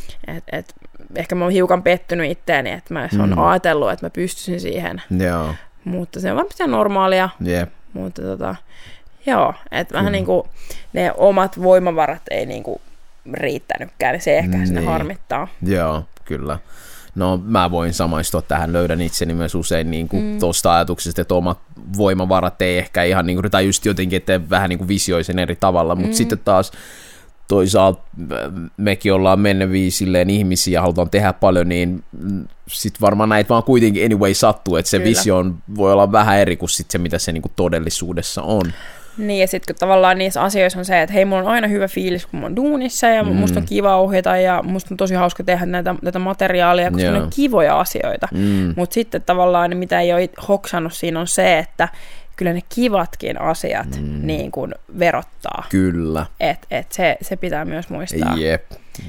Speaker 3: Ehkä mä oon hiukan pettynyt itteeni, että mä oon ajatellut, että mä pystyisin siihen. Joo. Mutta se on varmasti normaalia. Yep. Mutta joo, että vähän niin kuin ne omat voimavarat ei niin kuin riittänytkään, niin se ehkä sinne harmittaa.
Speaker 2: Joo, kyllä. No mä voin samaistua tähän, löydän itseni myös usein niin kuin tuosta ajatuksesta, että omat voimavarat ei ehkä ihan, niin kuin, tai just jotenkin, että vähän niin kuin visioi sen eri tavalla, mutta sitten taas toisaalta mekin ollaan menneviä silleen ihmisiä ja halutaan tehdä paljon, niin sitten varmaan näitä vaan kuitenkin anyway sattuu, että se visio voi olla vähän eri kuin sit se, mitä se niin kuin todellisuudessa on.
Speaker 3: Niin, ja sitten tavallaan niissä asioissa on se, että hei, mulla on aina hyvä fiilis, kun mä oon duunissa, ja musta on kiva ohjata, ja musta on tosi hauska tehdä näitä materiaalia, koska ne on kivoja asioita. Mutta sitten tavallaan, mitä ei ole hoksannut siinä, on se, että kyllä ne kivatkin asiat niin kuin verottaa.
Speaker 2: Kyllä.
Speaker 3: Se pitää myös muistaa.
Speaker 2: Jep.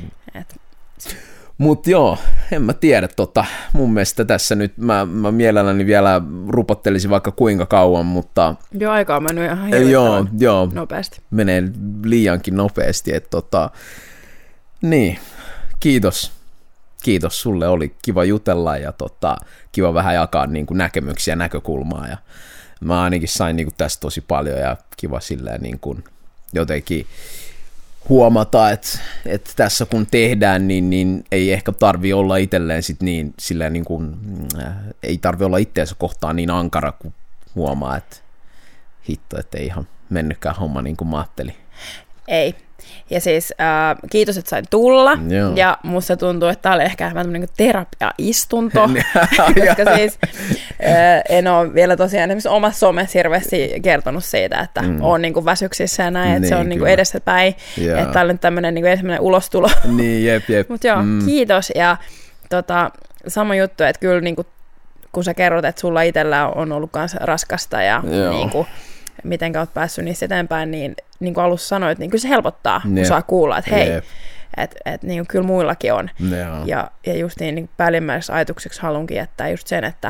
Speaker 2: Mutta joo, en mä tiedä, mun mielestä tässä nyt mä mielelläni vielä rupottelisin vaikka kuinka kauan, mutta
Speaker 3: joo, aika on mennyt ihan hirveän nopeasti.
Speaker 2: Menee liiankin nopeasti, että niin, kiitos sulle, oli kiva jutella ja kiva vähän jakaa niin kuin näkemyksiä ja näkökulmaa ja mä ainakin sain niin kuin tästä tosi paljon ja kiva silleen niin kuin jotenkin huomata, että tässä kun tehdään, niin ei ehkä tarvi olla itselleen sit niin, silleen niin kuin, ei tarvi olla itteensä kohtaan niin ankara, kun huomaa, että hitto, että ei ihan mennytkään homma niin kuin mä ajattelin.
Speaker 3: Ei. Ja siis kiitos, että sain tulla. Joo. Ja musta tuntuu, että tämä oli ehkä vähän tämmöinen terapia-istunto. Koska siis en ole vielä tosiaan esimerkiksi omassa somessa hirveästi kertonut siitä, että olen niin kuin väsyksissä ja näin, että niin, se on niin kuin edessäpäin. Että tämä on tämmöinen niin kuin ensimmäinen ulostulo.
Speaker 2: Niin, jep.
Speaker 3: Mutta joo, kiitos. Ja sama juttu, että kyllä niin kuin, kun sä kerrot, että sulla itsellä on ollut myös raskasta ja niin kuin, miten olet päässyt niistä eteenpäin, niin kuin alussa sanoit, niin kyllä se helpottaa, kun saa kuulla, että hei, että niin kyllä muillakin on. Ja just niin päällimmäiseksi ajatukseksi haluankin jättää just sen, että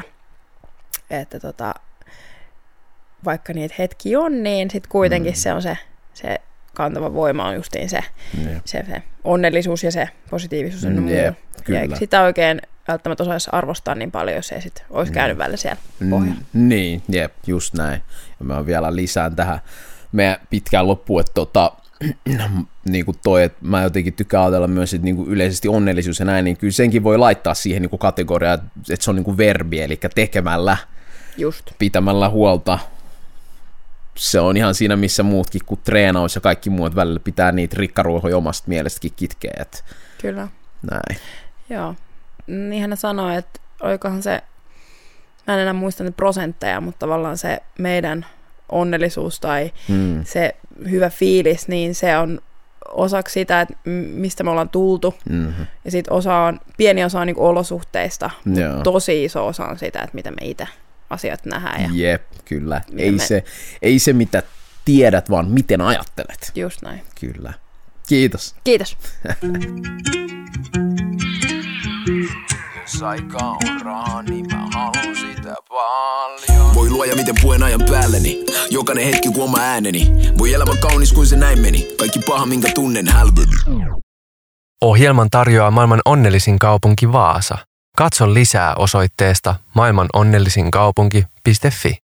Speaker 3: vaikka niitä hetki on, niin sitten kuitenkin se on se kantava voima on justiin se onnellisuus ja se positiivisuus. Ja sitä oikein välttämättä osaisi arvostaa niin paljon, jos ei sitten olisi käynyt välillä siellä pohjalla.
Speaker 2: Niin, jep, just näin. Ja mä vielä lisään tähän meidän pitkään loppuun, että niin kuin toi, että mä jotenkin tykkään ajatella myös, että niin kuin yleisesti onnellisuus ja näin, niin kyllä senkin voi laittaa siihen niin kuin kategoriaan, että se on niin kuin verbi, eli tekemällä,
Speaker 3: just.
Speaker 2: Pitämällä huolta. Se on ihan siinä, missä muutkin kuin treenaus ja kaikki muut välillä pitää niitä rikkaruohoja omasta mielestäkin kitkeä.
Speaker 3: Kyllä.
Speaker 2: Näin.
Speaker 3: Joo. Niinhän ne sanoi, että oikohan se, mä en enää muista nyt prosentteja, mutta tavallaan se meidän onnellisuus tai se hyvä fiilis, niin se on osaksi sitä, että mistä me ollaan tultu. Mm-hmm. Ja sitten pieni osa on niin kuin olosuhteista, mutta tosi iso osa on sitä, että miten me itse asiat nähdään. Ja
Speaker 2: jep, kyllä. Ei se mitä tiedät, vaan miten ajattelet.
Speaker 3: Just näin.
Speaker 2: Kyllä. Kiitos.
Speaker 3: Kiitos.
Speaker 4: Jos aika on rahaa, niin mä haluun sitä paljon. Voi luoja, miten puen ajan päälleni. Jokainen hetki kuin oma ääneni. Voi elämä kaunis kuin se näin meni. Kaikki paha, minkä tunnen, hälveni.
Speaker 1: Ohjelman tarjoaa maailman onnellisin kaupunki Vaasa. Katso lisää osoitteesta maailmanonnellisinkaupunki.fi.